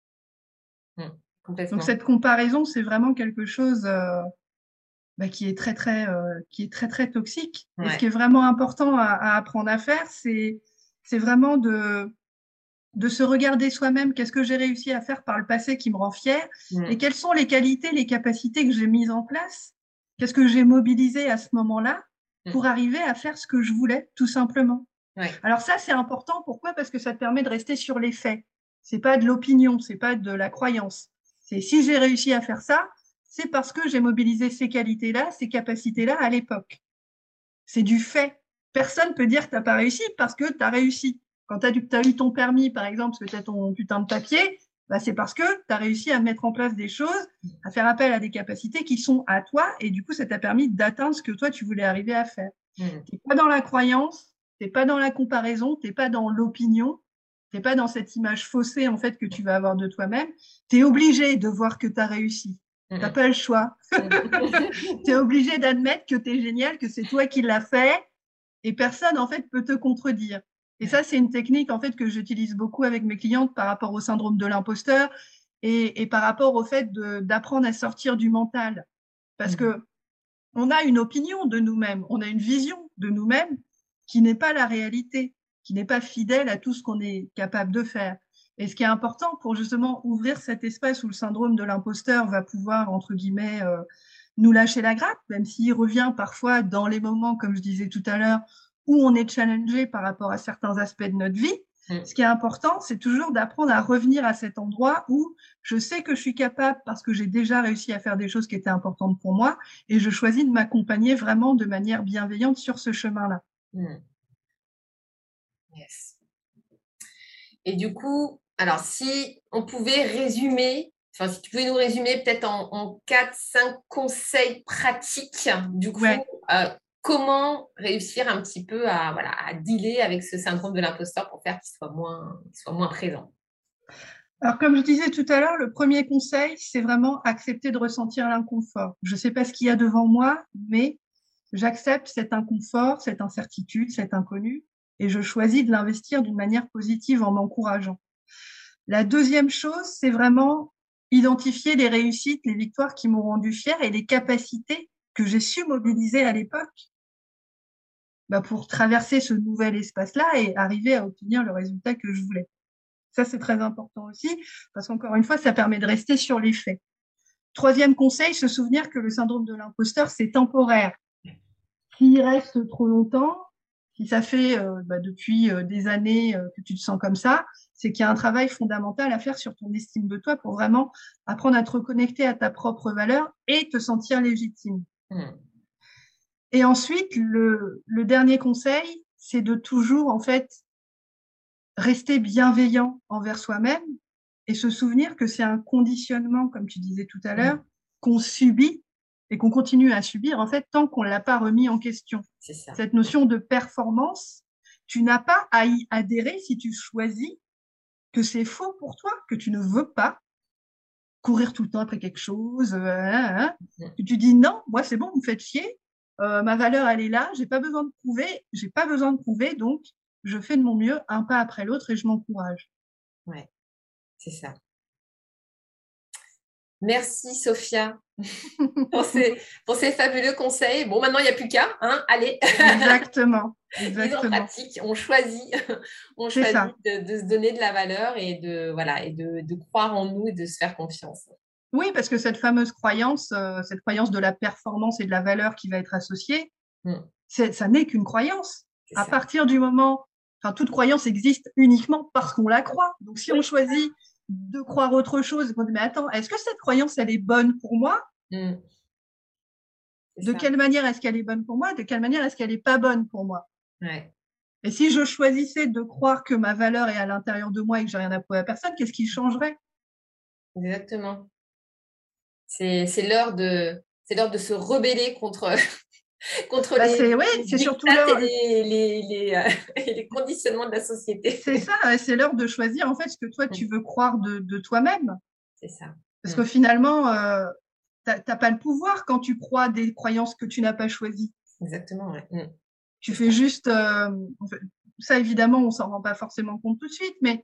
Speaker 1: Mm.
Speaker 2: Donc
Speaker 1: Complètement.
Speaker 2: cette comparaison, c'est vraiment quelque chose euh, bah, qui est très très euh, qui est très très toxique. Et ce qui
Speaker 1: Ouais.
Speaker 2: est vraiment important à, à apprendre à faire, c'est c'est vraiment de de se regarder soi-même. Qu'est-ce que j'ai réussi à faire par le passé qui me rend fière et
Speaker 1: Mm.
Speaker 2: quelles sont les qualités, les capacités que j'ai mises en place. Qu'est-ce que j'ai mobilisé à ce moment-là
Speaker 1: Mm.
Speaker 2: pour arriver à faire ce que je voulais, tout simplement.
Speaker 1: Ouais.
Speaker 2: Alors ça, c'est important. Pourquoi? Parce que ça te permet de rester sur les faits. C'est pas de l'opinion, c'est pas de la croyance. C'est si j'ai réussi à faire ça, c'est parce que j'ai mobilisé ces qualités-là, ces capacités-là à l'époque. C'est du fait. Personne peut dire que tu n'as pas réussi parce que tu as réussi. Quand tu as, as eu ton permis, par exemple, parce que tu as ton putain de papier, bah, c'est parce que tu as réussi à mettre en place des choses, à faire appel à des capacités qui sont à toi, et du coup, ça t'a permis d'atteindre ce que toi, tu voulais arriver à faire.
Speaker 1: Mm.
Speaker 2: Tu n'es pas dans la croyance, tu n'es pas dans la comparaison, tu n'es pas dans l'opinion, tu n'es pas dans cette image faussée en fait que tu vas avoir de toi-même. Tu es obligé de voir que tu as réussi. Tu n'as
Speaker 1: Mm.
Speaker 2: pas le choix.
Speaker 1: Mm.
Speaker 2: Tu es obligé d'admettre que tu es génial, que c'est toi qui l'as fait, et personne en fait peut te contredire. Et ça,
Speaker 1: Ouais.
Speaker 2: c'est une technique en fait que j'utilise beaucoup avec mes clientes par rapport au syndrome de l'imposteur et, et par rapport au fait d'apprendre à sortir du mental. Parce
Speaker 1: Mm.
Speaker 2: que on a une opinion de nous-mêmes, on a une vision de nous-mêmes qui n'est pas la réalité, qui n'est pas fidèle à tout ce qu'on est capable de faire. Et ce qui est important pour justement ouvrir cet espace où le syndrome de l'imposteur va pouvoir, entre guillemets, euh, nous lâcher la grappe, même s'il revient parfois dans les moments, comme je disais tout à l'heure, où on est challengé par rapport à certains aspects de notre vie.
Speaker 1: Mm.
Speaker 2: Ce qui est important, c'est toujours d'apprendre à revenir à cet endroit où je sais que je suis capable parce que j'ai déjà réussi à faire des choses qui étaient importantes pour moi et je choisis de m'accompagner vraiment de manière bienveillante sur ce chemin-là.
Speaker 1: Mm. Yes. Et du coup, alors si on pouvait résumer, enfin si tu pouvais nous résumer peut-être en, en quatre cinq conseils pratiques, du coup,
Speaker 2: Ouais.
Speaker 1: euh, comment réussir un petit peu à, voilà, à dealer avec ce syndrome de l'imposteur pour faire qu'il soit moins, qu'il soit moins présent.
Speaker 2: Alors, comme je disais tout à l'heure, le premier conseil, c'est vraiment accepter de ressentir l'inconfort. Je ne sais pas ce qu'il y a devant moi, mais j'accepte cet inconfort, cette incertitude, cet inconnu, et je choisis de l'investir d'une manière positive en m'encourageant. La deuxième chose, c'est vraiment identifier les réussites, les victoires qui m'ont rendu fière et les capacités que j'ai su mobiliser à l'époque bah, pour traverser ce nouvel espace-là et arriver à obtenir le résultat que je voulais. Ça, c'est très important aussi, parce qu'encore une fois, ça permet de rester sur les faits. Troisième conseil, se souvenir que le syndrome de l'imposteur, c'est temporaire. S'il reste trop longtemps, si ça fait euh, bah, depuis euh, des années euh, que tu te sens comme ça, c'est qu'il y a un travail fondamental à faire sur ton estime de toi pour vraiment apprendre à te reconnecter à ta propre valeur et te sentir légitime.
Speaker 1: Mm.
Speaker 2: Et ensuite, le, le dernier conseil, c'est de toujours, en fait, rester bienveillant envers soi-même et se souvenir que c'est un conditionnement, comme tu disais tout à l'heure,
Speaker 1: Mm.
Speaker 2: qu'on subit et qu'on continue à subir, en fait, tant qu'on ne l'a pas remis en question.
Speaker 1: C'est ça.
Speaker 2: Cette notion de performance, tu n'as pas à y adhérer si tu choisis que c'est faux pour toi, que tu ne veux pas courir tout le temps après quelque chose. Euh, hein, hein.
Speaker 1: Mm.
Speaker 2: Tu dis non, moi c'est bon, vous me faites chier, euh, ma valeur elle est là, j'ai pas besoin de prouver, j'ai pas besoin de prouver, donc je fais de mon mieux un pas après l'autre et je m'encourage.
Speaker 1: Ouais, c'est ça. Merci Sophia pour ces, pour ces fabuleux conseils. Bon, maintenant, il n'y a plus qu'à. Hein, allez.
Speaker 2: Exactement.
Speaker 1: Mise en
Speaker 2: Exactement.
Speaker 1: pratique. On choisit, on
Speaker 2: C'est
Speaker 1: choisit
Speaker 2: ça.
Speaker 1: de, de se donner de la valeur et de, voilà, et de, de croire en nous et de se faire confiance.
Speaker 2: Oui, parce que cette fameuse croyance, euh, cette croyance de la performance et de la valeur qui va être associée,
Speaker 1: Mm.
Speaker 2: c'est, ça n'est qu'une croyance.
Speaker 1: C'est
Speaker 2: À
Speaker 1: ça.
Speaker 2: partir du moment, enfin, toute croyance existe uniquement parce qu'on la croit. Donc, si
Speaker 1: Oui.
Speaker 2: on choisit de croire autre chose. Mais attends, est-ce que cette croyance, elle est bonne pour moi?
Speaker 1: Mmh.
Speaker 2: De quelle manière est-ce qu'elle est bonne pour moi? De quelle manière est-ce qu'elle n'est pas bonne pour moi?
Speaker 1: Ouais.
Speaker 2: Et si je choisissais de croire que ma valeur est à l'intérieur de moi et que j'ai rien à prouver à personne, qu'est-ce qui changerait?
Speaker 1: Exactement. C'est, c'est l'heure de, c'est l'heure de se rebeller contre, contre
Speaker 2: bah
Speaker 1: les,
Speaker 2: c'est, ouais,
Speaker 1: les
Speaker 2: c'est surtout
Speaker 1: dictats
Speaker 2: l'heure.
Speaker 1: et les, les, les, euh, et les conditionnements de la société.
Speaker 2: C'est ça, c'est l'heure de choisir en fait ce que toi tu veux croire de, de toi-même.
Speaker 1: C'est ça.
Speaker 2: Parce
Speaker 1: Mm.
Speaker 2: que finalement, euh, t'as pas le pouvoir quand tu crois des croyances que tu n'as pas choisies.
Speaker 1: Exactement, ouais. Mm.
Speaker 2: Tu fais ça. juste, euh, ça évidemment, on s'en rend pas forcément compte tout de suite, mais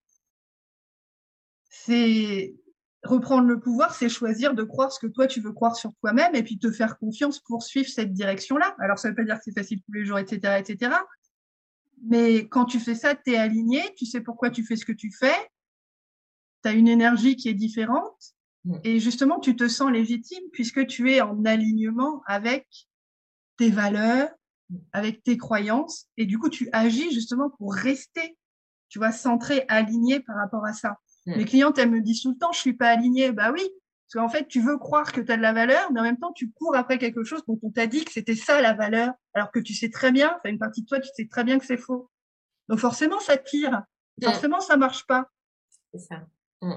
Speaker 2: c'est reprendre le pouvoir, c'est choisir de croire ce que toi tu veux croire sur toi-même et puis te faire confiance pour suivre cette direction-là. Alors ça veut pas dire que c'est facile tous les jours, et cetera, et cetera. Mais quand tu fais ça, tu es aligné, tu sais pourquoi tu fais ce que tu fais, tu as une énergie qui est différente mmh. et justement, tu te sens légitime puisque tu es en alignement avec tes valeurs, mmh. avec tes croyances et du coup, tu agis justement pour rester, tu vois, centré, aligné par rapport à ça. Mmh. Mes clientes, elles me disent tout le temps, je suis pas alignée. Bah oui, parce qu'en fait, tu veux croire que tu as de la valeur, mais en même temps, tu cours après quelque chose dont on t'a dit que c'était ça la valeur, alors que tu sais très bien, enfin une partie de toi, tu sais très bien que c'est faux. Donc forcément, ça tire. Forcément, mmh. ça marche pas.
Speaker 1: C'est ça. Mmh.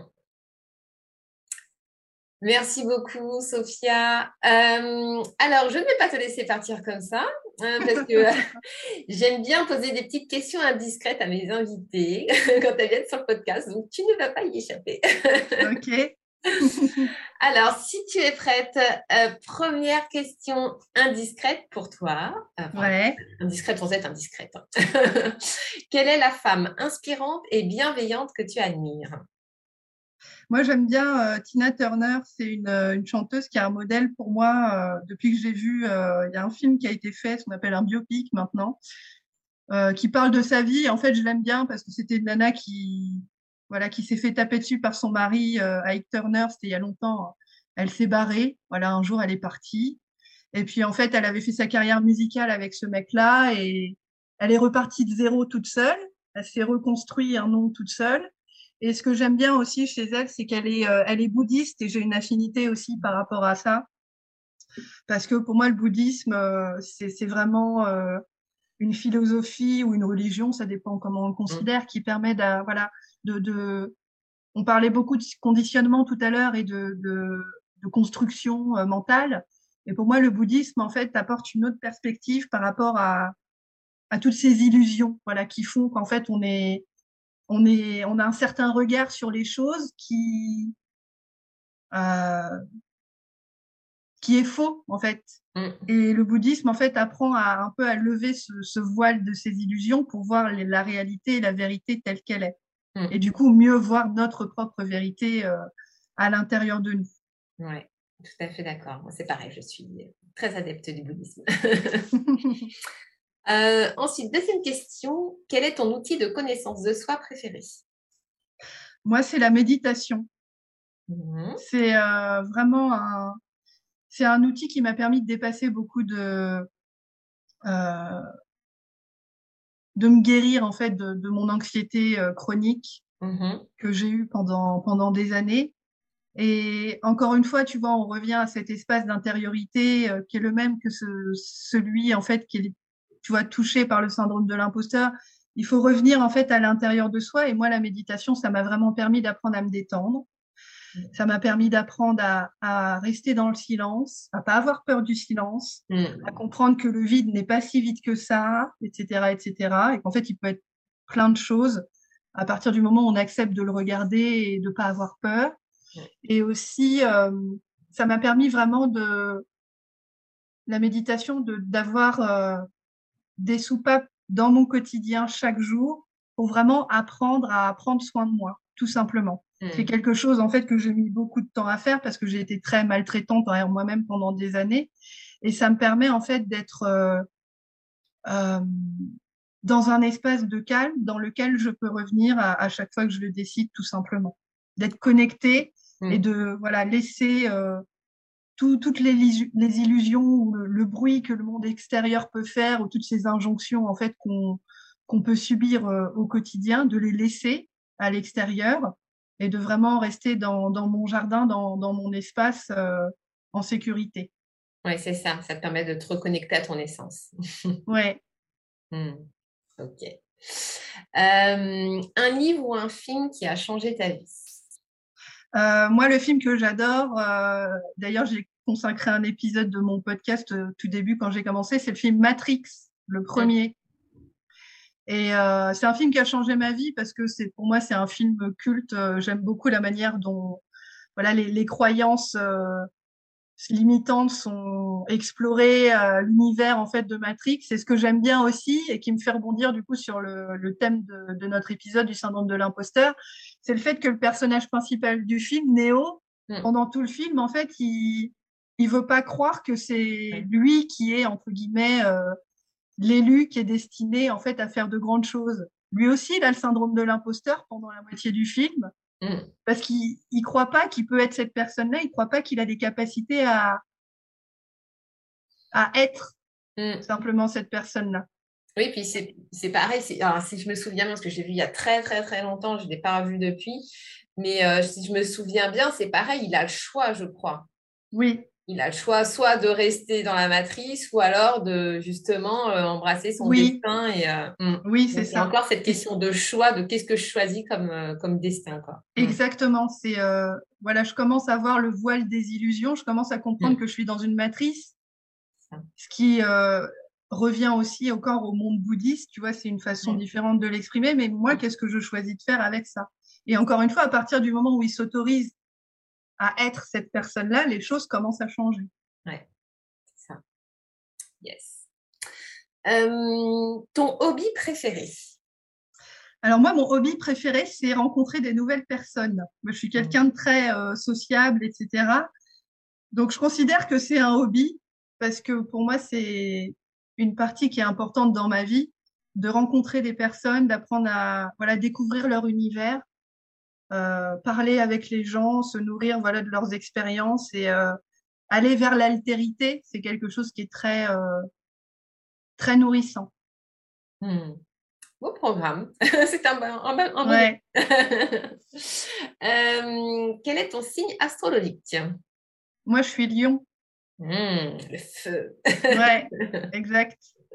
Speaker 1: Merci beaucoup, Sophia. Euh, alors, je ne vais pas te laisser partir comme ça, hein, parce que euh, j'aime bien poser des petites questions indiscrètes à mes invités quand elles viennent sur le podcast, donc tu ne vas pas y échapper.
Speaker 2: Ok.
Speaker 1: Alors, si tu es prête, euh, première question indiscrète pour toi. Euh, enfin,
Speaker 2: ouais.
Speaker 1: Indiscrète sans être indiscrète. Hein. Quelle est la femme inspirante et bienveillante que tu admires?
Speaker 2: Moi, j'aime bien euh, Tina Turner. C'est une, une chanteuse qui est un modèle pour moi euh, depuis que j'ai vu. Euh, il y a un film qui a été fait, ce qu'on appelle un biopic maintenant, euh, qui parle de sa vie. En fait, je l'aime bien parce que c'était une nana qui, voilà, qui s'est fait taper dessus par son mari, euh, Ike Turner. C'était il y a longtemps. Elle s'est barrée. Voilà, un jour, elle est partie. Et puis, en fait, elle avait fait sa carrière musicale avec ce mec-là et elle est repartie de zéro toute seule. Elle s'est reconstruit un nom toute seule. Et ce que j'aime bien aussi chez elle, c'est qu'elle est, euh, elle est bouddhiste et j'ai une affinité aussi par rapport à ça. Parce que pour moi, le bouddhisme, euh, c'est, c'est vraiment euh, une philosophie ou une religion, ça dépend comment on le considère, mmh. qui permet de, voilà, de, de... On parlait beaucoup de conditionnement tout à l'heure et de, de, de construction euh, mentale. Et pour moi, le bouddhisme, en fait, apporte une autre perspective par rapport à, à toutes ces illusions, voilà, qui font qu'en fait, on est On, est, on a un certain regard sur les choses qui, euh, qui est faux, en fait. Mm. Et le bouddhisme, en fait, apprend à, un peu à lever ce, ce voile de ces illusions pour voir les, la réalité et la vérité telle qu'elle est. Mm. Et du coup, mieux voir notre propre vérité euh, à l'intérieur de nous.
Speaker 1: Oui, tout à fait d'accord. C'est pareil, je suis très adepte du bouddhisme. Euh, ensuite, deuxième question, quel est ton outil de connaissance de soi préféré?
Speaker 2: Moi, c'est la méditation.
Speaker 1: Mmh.
Speaker 2: C'est euh, vraiment un, c'est un outil qui m'a permis de dépasser beaucoup de, euh, de me guérir en fait de, de mon anxiété euh, chronique mmh. que j'ai eue pendant pendant des années. Et encore une fois, tu vois, on revient à cet espace d'intériorité euh, qui est le même que ce, celui en fait qui est, tu vois, touché par le syndrome de l'imposteur. Il faut revenir en fait à l'intérieur de soi. Et moi, la méditation, ça m'a vraiment permis d'apprendre à me détendre. Ça m'a permis d'apprendre à, à rester dans le silence, à pas avoir peur du silence, mmh. à comprendre que le vide n'est pas si vide que ça, et cetera, et cetera. Et qu'en fait, il peut être plein de choses à partir du moment où on accepte de le regarder et de pas avoir peur. Mmh. Et aussi, euh, ça m'a permis vraiment de la méditation, de d'avoir euh, des soupapes dans mon quotidien chaque jour pour vraiment apprendre à prendre soin de moi, tout simplement. Mmh. C'est quelque chose, en fait, que j'ai mis beaucoup de temps à faire parce que j'ai été très maltraitante envers moi-même pendant des années. Et ça me permet, en fait, d'être euh, euh, dans un espace de calme dans lequel je peux revenir à, à chaque fois que je le décide, tout simplement. D'être connectée mmh. et de voilà laisser euh, tout, toutes les, les illusions ou le, le bruit que le monde extérieur peut faire ou toutes ces injonctions, en fait, qu'on qu'on peut subir euh, au quotidien, de les laisser à l'extérieur et de vraiment rester dans, dans mon jardin, dans, dans mon espace euh, en sécurité.
Speaker 1: Oui, c'est ça. Ça te permet de te reconnecter à ton essence.
Speaker 2: Ouais.
Speaker 1: Hmm. Ok. Euh, un livre ou un film qui a changé ta vie?
Speaker 2: Euh, moi, le film que j'adore, euh, d'ailleurs, j'ai consacré un épisode de mon podcast euh, tout début quand j'ai commencé, c'est le film Matrix, le
Speaker 1: Hmm.
Speaker 2: premier. Et euh, c'est un film qui a changé ma vie parce que c'est pour moi c'est un film culte. Euh, J'aime beaucoup la manière dont voilà les, les croyances euh, limitantes sont explorées, euh, l'univers en fait de Matrix. C'est ce que j'aime bien aussi et qui me fait rebondir du coup sur le, le thème de, de notre épisode du syndrome de l'imposteur. C'est le fait que le personnage principal du film, Neo,
Speaker 1: Hmm.
Speaker 2: pendant tout le film en fait il il veut pas croire que c'est
Speaker 1: Hmm.
Speaker 2: lui qui est entre guillemets euh, l'élu qui est destiné en fait à faire de grandes choses. Lui aussi, il a le syndrome de l'imposteur pendant la moitié du film,
Speaker 1: Hmm.
Speaker 2: parce qu'il ne croit pas qu'il peut être cette personne-là, il ne croit pas qu'il a des capacités à, à être
Speaker 1: Hmm.
Speaker 2: simplement cette personne-là.
Speaker 1: Oui, puis c'est c'est pareil. c'est- Alors, si je me souviens bien, parce que j'ai vu il y a très, très, très longtemps, je ne l'ai pas revu depuis. Mais euh, si je me souviens bien, c'est pareil. Il a le choix, je crois.
Speaker 2: Oui,
Speaker 1: Il a le choix soit de rester dans la matrice ou alors de justement euh, embrasser son
Speaker 2: oui,
Speaker 1: destin. Et, euh, hmm.
Speaker 2: oui, c'est
Speaker 1: Donc, il y a
Speaker 2: ça.
Speaker 1: encore cette
Speaker 2: Et
Speaker 1: question de choix, de qu'est-ce que je choisis comme, euh, comme destin, quoi. Hmm.
Speaker 2: exactement, c'est euh, voilà, je commence à voir le voile des illusions, je commence à comprendre
Speaker 1: Hmm.
Speaker 2: que je suis dans une matrice,
Speaker 1: Ça.
Speaker 2: ce qui euh, revient aussi encore au monde bouddhiste, tu vois, c'est une façon
Speaker 1: Hmm.
Speaker 2: différente de l'exprimer, mais moi,
Speaker 1: Hmm.
Speaker 2: qu'est-ce que je choisis de faire avec ça? Et encore une fois, à partir du moment où il s'autorise à être cette personne-là, les choses commencent à changer.
Speaker 1: Ouais, c'est ça. Yes. Euh, ton hobby préféré?
Speaker 2: Alors moi, mon hobby préféré, c'est rencontrer des nouvelles personnes. Moi, je suis
Speaker 1: Hmm.
Speaker 2: quelqu'un de très euh, sociable, et cetera. Donc, je considère que c'est un hobby parce que pour moi, c'est une partie qui est importante dans ma vie, de rencontrer des personnes, d'apprendre à voilà, découvrir leur univers, euh, parler avec les gens, se nourrir voilà, de leurs expériences et euh, aller vers l'altérité. C'est quelque chose qui est très, euh, très nourrissant.
Speaker 1: Hmm. Beau programme. C'est un, bon- un, bon- un bon
Speaker 2: Ouais.
Speaker 1: hobby. Euh, quel est ton signe astrologique?
Speaker 2: Moi, je suis lion.
Speaker 1: Hmm, le feu.
Speaker 2: Ouais, exact.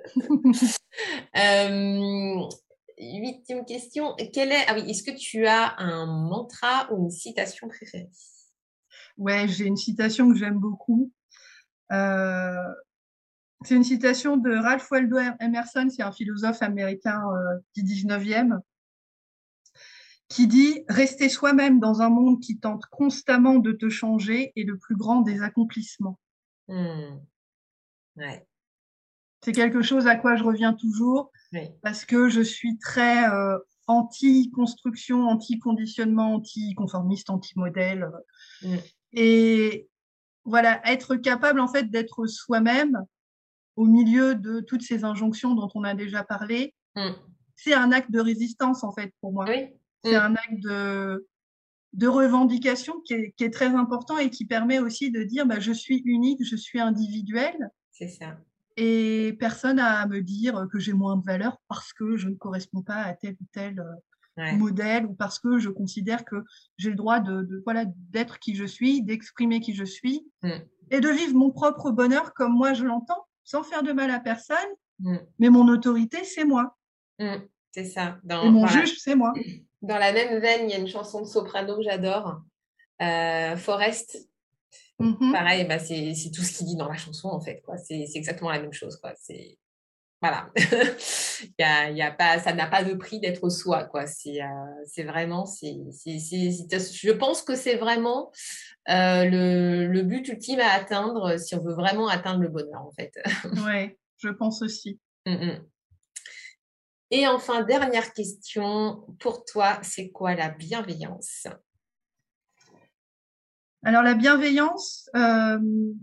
Speaker 1: Euh, huitième question. Quel est... Ah oui, est-ce que tu as un mantra ou une citation préférée?
Speaker 2: Ouais, j'ai une citation que j'aime beaucoup. Euh, c'est une citation de Ralph Waldo Emerson, c'est un philosophe américain euh, du dix-neuvième, qui dit: Rester soi-même dans un monde qui tente constamment de te changer est le plus grand des accomplissements.
Speaker 1: Hmm, ouais,
Speaker 2: C'est quelque chose à quoi je reviens toujours
Speaker 1: oui.
Speaker 2: parce que je suis très euh, anti-construction, anti-conditionnement, anti-conformiste, anti-modèle.
Speaker 1: Hmm,
Speaker 2: Et voilà, être capable en fait d'être soi-même au milieu de toutes ces injonctions dont on a déjà parlé,
Speaker 1: hmm,
Speaker 2: c'est un acte de résistance en fait pour moi.
Speaker 1: oui.
Speaker 2: C'est
Speaker 1: Hmm,
Speaker 2: un acte de, de revendication qui est, qui est très important et qui permet aussi de dire bah, je suis unique, je suis individuel
Speaker 1: c'est ça.
Speaker 2: et personne n'a à me dire que j'ai moins de valeur parce que je ne corresponds pas à tel ou tel euh,
Speaker 1: Ouais.
Speaker 2: modèle ou parce que je considère que j'ai le droit de, de voilà d'être qui je suis, d'exprimer qui je suis
Speaker 1: Hmm,
Speaker 2: et de vivre mon propre bonheur comme moi je l'entends, sans faire de mal à personne,
Speaker 1: hmm,
Speaker 2: mais mon autorité, c'est moi.
Speaker 1: hmm, c'est ça.
Speaker 2: Et
Speaker 1: Dans,
Speaker 2: mon
Speaker 1: dans la,
Speaker 2: juge, c'est moi.
Speaker 1: dans la même veine, il y a une chanson de soprano que j'adore. Euh, Forest.
Speaker 2: Mhm.
Speaker 1: Pareil, bah c'est c'est tout ce qu'il dit dans la chanson, en fait, quoi. C'est c'est exactement la même chose, quoi. C'est... Voilà. Il y a, il y a pas, ça n'a pas de prix d'être soi, quoi. C'est euh, c'est vraiment... c'est c'est- c'est- c'est- je pense que c'est vraiment euh, le, le but ultime à atteindre si on veut vraiment atteindre le bonheur, en fait.
Speaker 2: Ouais, je pense aussi.
Speaker 1: Mm, mm. Et enfin, dernière question. Pour toi, c'est quoi la bienveillance?
Speaker 2: Alors la bienveillance, euh,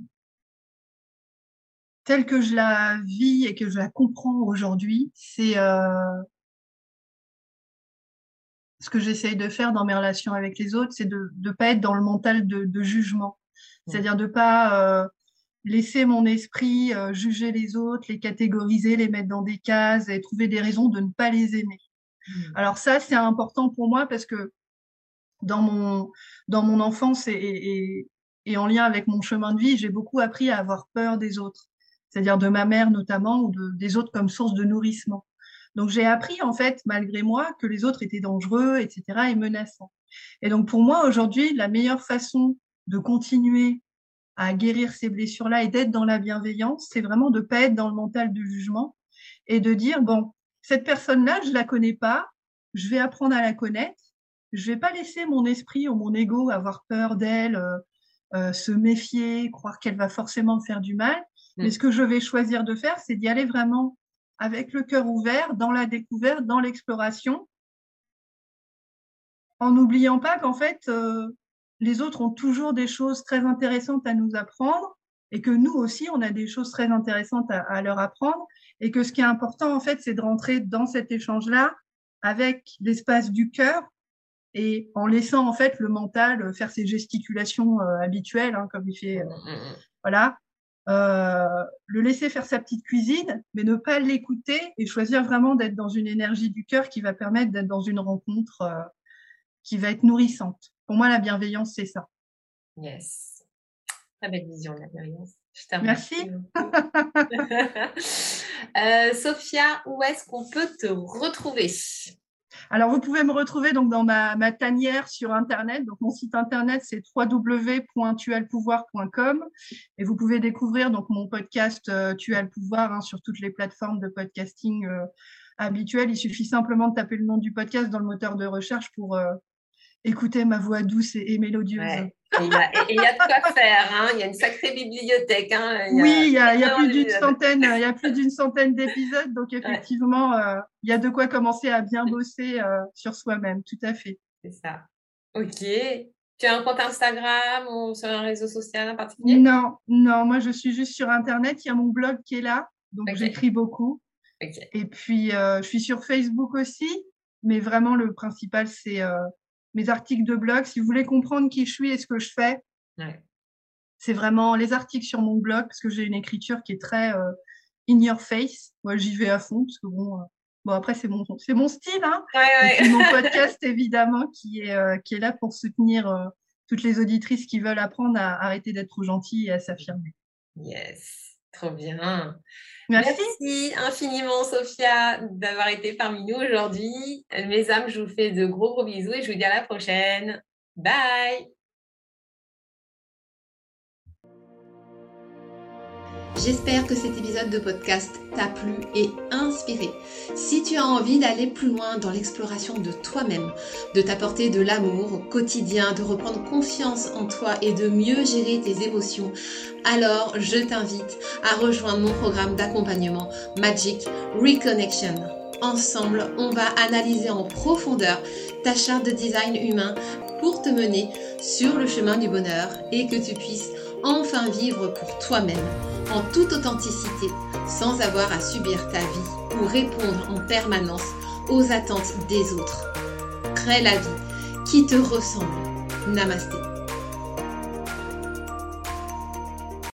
Speaker 2: telle que je la vis et que je la comprends aujourd'hui, c'est euh, ce que j'essaye de faire dans mes relations avec les autres, c'est de ne pas être dans le mental de, de jugement.
Speaker 1: Mm,
Speaker 2: C'est-à-dire de pas euh, laisser mon esprit euh, juger les autres, les catégoriser, les mettre dans des cases et trouver des raisons de ne pas les aimer.
Speaker 1: mm,
Speaker 2: Alors ça, c'est important pour moi parce que dans mon, dans mon enfance et, et, et en lien avec mon chemin de vie, j'ai beaucoup appris à avoir peur des autres, c'est-à-dire de ma mère notamment ou de, des autres comme source de nourrissement. Donc j'ai appris en fait, malgré moi, que les autres étaient dangereux, et cetera et menaçants. Et donc pour moi aujourd'hui, la meilleure façon de continuer à guérir ces blessures-là et d'être dans la bienveillance, c'est vraiment de pas être dans le mental du jugement et de dire, bon, cette personne-là, je la connais pas, je vais apprendre à la connaître, je vais pas laisser mon esprit ou mon ego avoir peur d'elle, euh, euh, se méfier, croire qu'elle va forcément me faire du mal. Mmh. Mais ce que je vais choisir de faire, c'est d'y aller vraiment avec le cœur ouvert, dans la découverte, dans l'exploration, en n'oubliant pas qu'en fait, euh, les autres ont toujours des choses très intéressantes à nous apprendre et que nous aussi, on a des choses très intéressantes à, à leur apprendre et que ce qui est important, en fait, c'est de rentrer dans cet échange-là avec l'espace du cœur et en laissant, en fait, le mental faire ses gesticulations euh, habituelles, hein, comme il fait, euh, voilà, euh, le laisser faire sa petite cuisine, mais ne pas l'écouter et choisir vraiment d'être dans une énergie du cœur qui va permettre d'être dans une rencontre euh, qui va être nourrissante. Pour moi, la bienveillance, c'est ça.
Speaker 1: Yes. Très belle vision, la bienveillance. Je te
Speaker 2: remercie.
Speaker 1: Merci. euh, Sophia, où est-ce qu'on peut te retrouver?
Speaker 2: Alors, vous pouvez me retrouver donc dans ma, ma tanière sur Internet. Donc, mon site Internet, c'est w w w point tu as le pouvoir point com. Et vous pouvez découvrir donc mon podcast euh, Tu as le pouvoir hein, sur toutes les plateformes de podcasting euh, habituelles. Il suffit simplement de taper le nom du podcast dans le moteur de recherche pour euh, écouter ma voix douce et, et mélodieuse. Ouais.
Speaker 1: Et il y, y a de quoi faire, hein. Il y a une sacrée bibliothèque. Hein.
Speaker 2: Il y a, oui, il y a, il y a plus d'une centaine, il y a plus d'une centaine d'épisodes, donc effectivement, ouais. euh, il y a de quoi commencer à bien bosser euh, sur soi-même, tout à fait.
Speaker 1: C'est ça. Ok. Tu as un compte Instagram ou sur un réseau social en particulier?
Speaker 2: Non, non, moi je suis juste sur Internet. Il y a mon blog qui est là, donc okay. J'écris beaucoup.
Speaker 1: Okay.
Speaker 2: Et puis euh, je suis sur Facebook aussi, mais vraiment le principal c'est euh, mes articles de blog. Si vous voulez comprendre qui je suis et ce que je fais,
Speaker 1: ouais.
Speaker 2: C'est vraiment les articles sur mon blog parce que j'ai une écriture qui est très euh, in your face. Moi, j'y vais à fond parce que bon, euh, bon après c'est mon c'est mon style, hein.
Speaker 1: Ouais, ouais.
Speaker 2: Et puis mon podcast évidemment qui est euh, qui est là pour soutenir euh, toutes les auditrices qui veulent apprendre à arrêter d'être trop gentilles et à s'affirmer.
Speaker 1: Yes, trop bien.
Speaker 2: Merci.
Speaker 1: Merci infiniment, Sophia, d'avoir été parmi nous aujourd'hui. Mes âmes, je vous fais de gros gros bisous et je vous dis à la prochaine. Bye. J'espère que cet épisode de podcast t'a plu et inspiré. Si tu as envie d'aller plus loin dans l'exploration de toi-même, de t'apporter de l'amour au quotidien, de reprendre confiance en toi et de mieux gérer tes émotions, alors je t'invite à rejoindre mon programme d'accompagnement Magic Reconnection. Ensemble, on va analyser en profondeur ta charte de design humain pour te mener sur le chemin du bonheur et que tu puisses enfin vivre pour toi-même en toute authenticité, sans avoir à subir ta vie ou répondre en permanence aux attentes des autres. Crée la vie qui te ressemble. Namasté.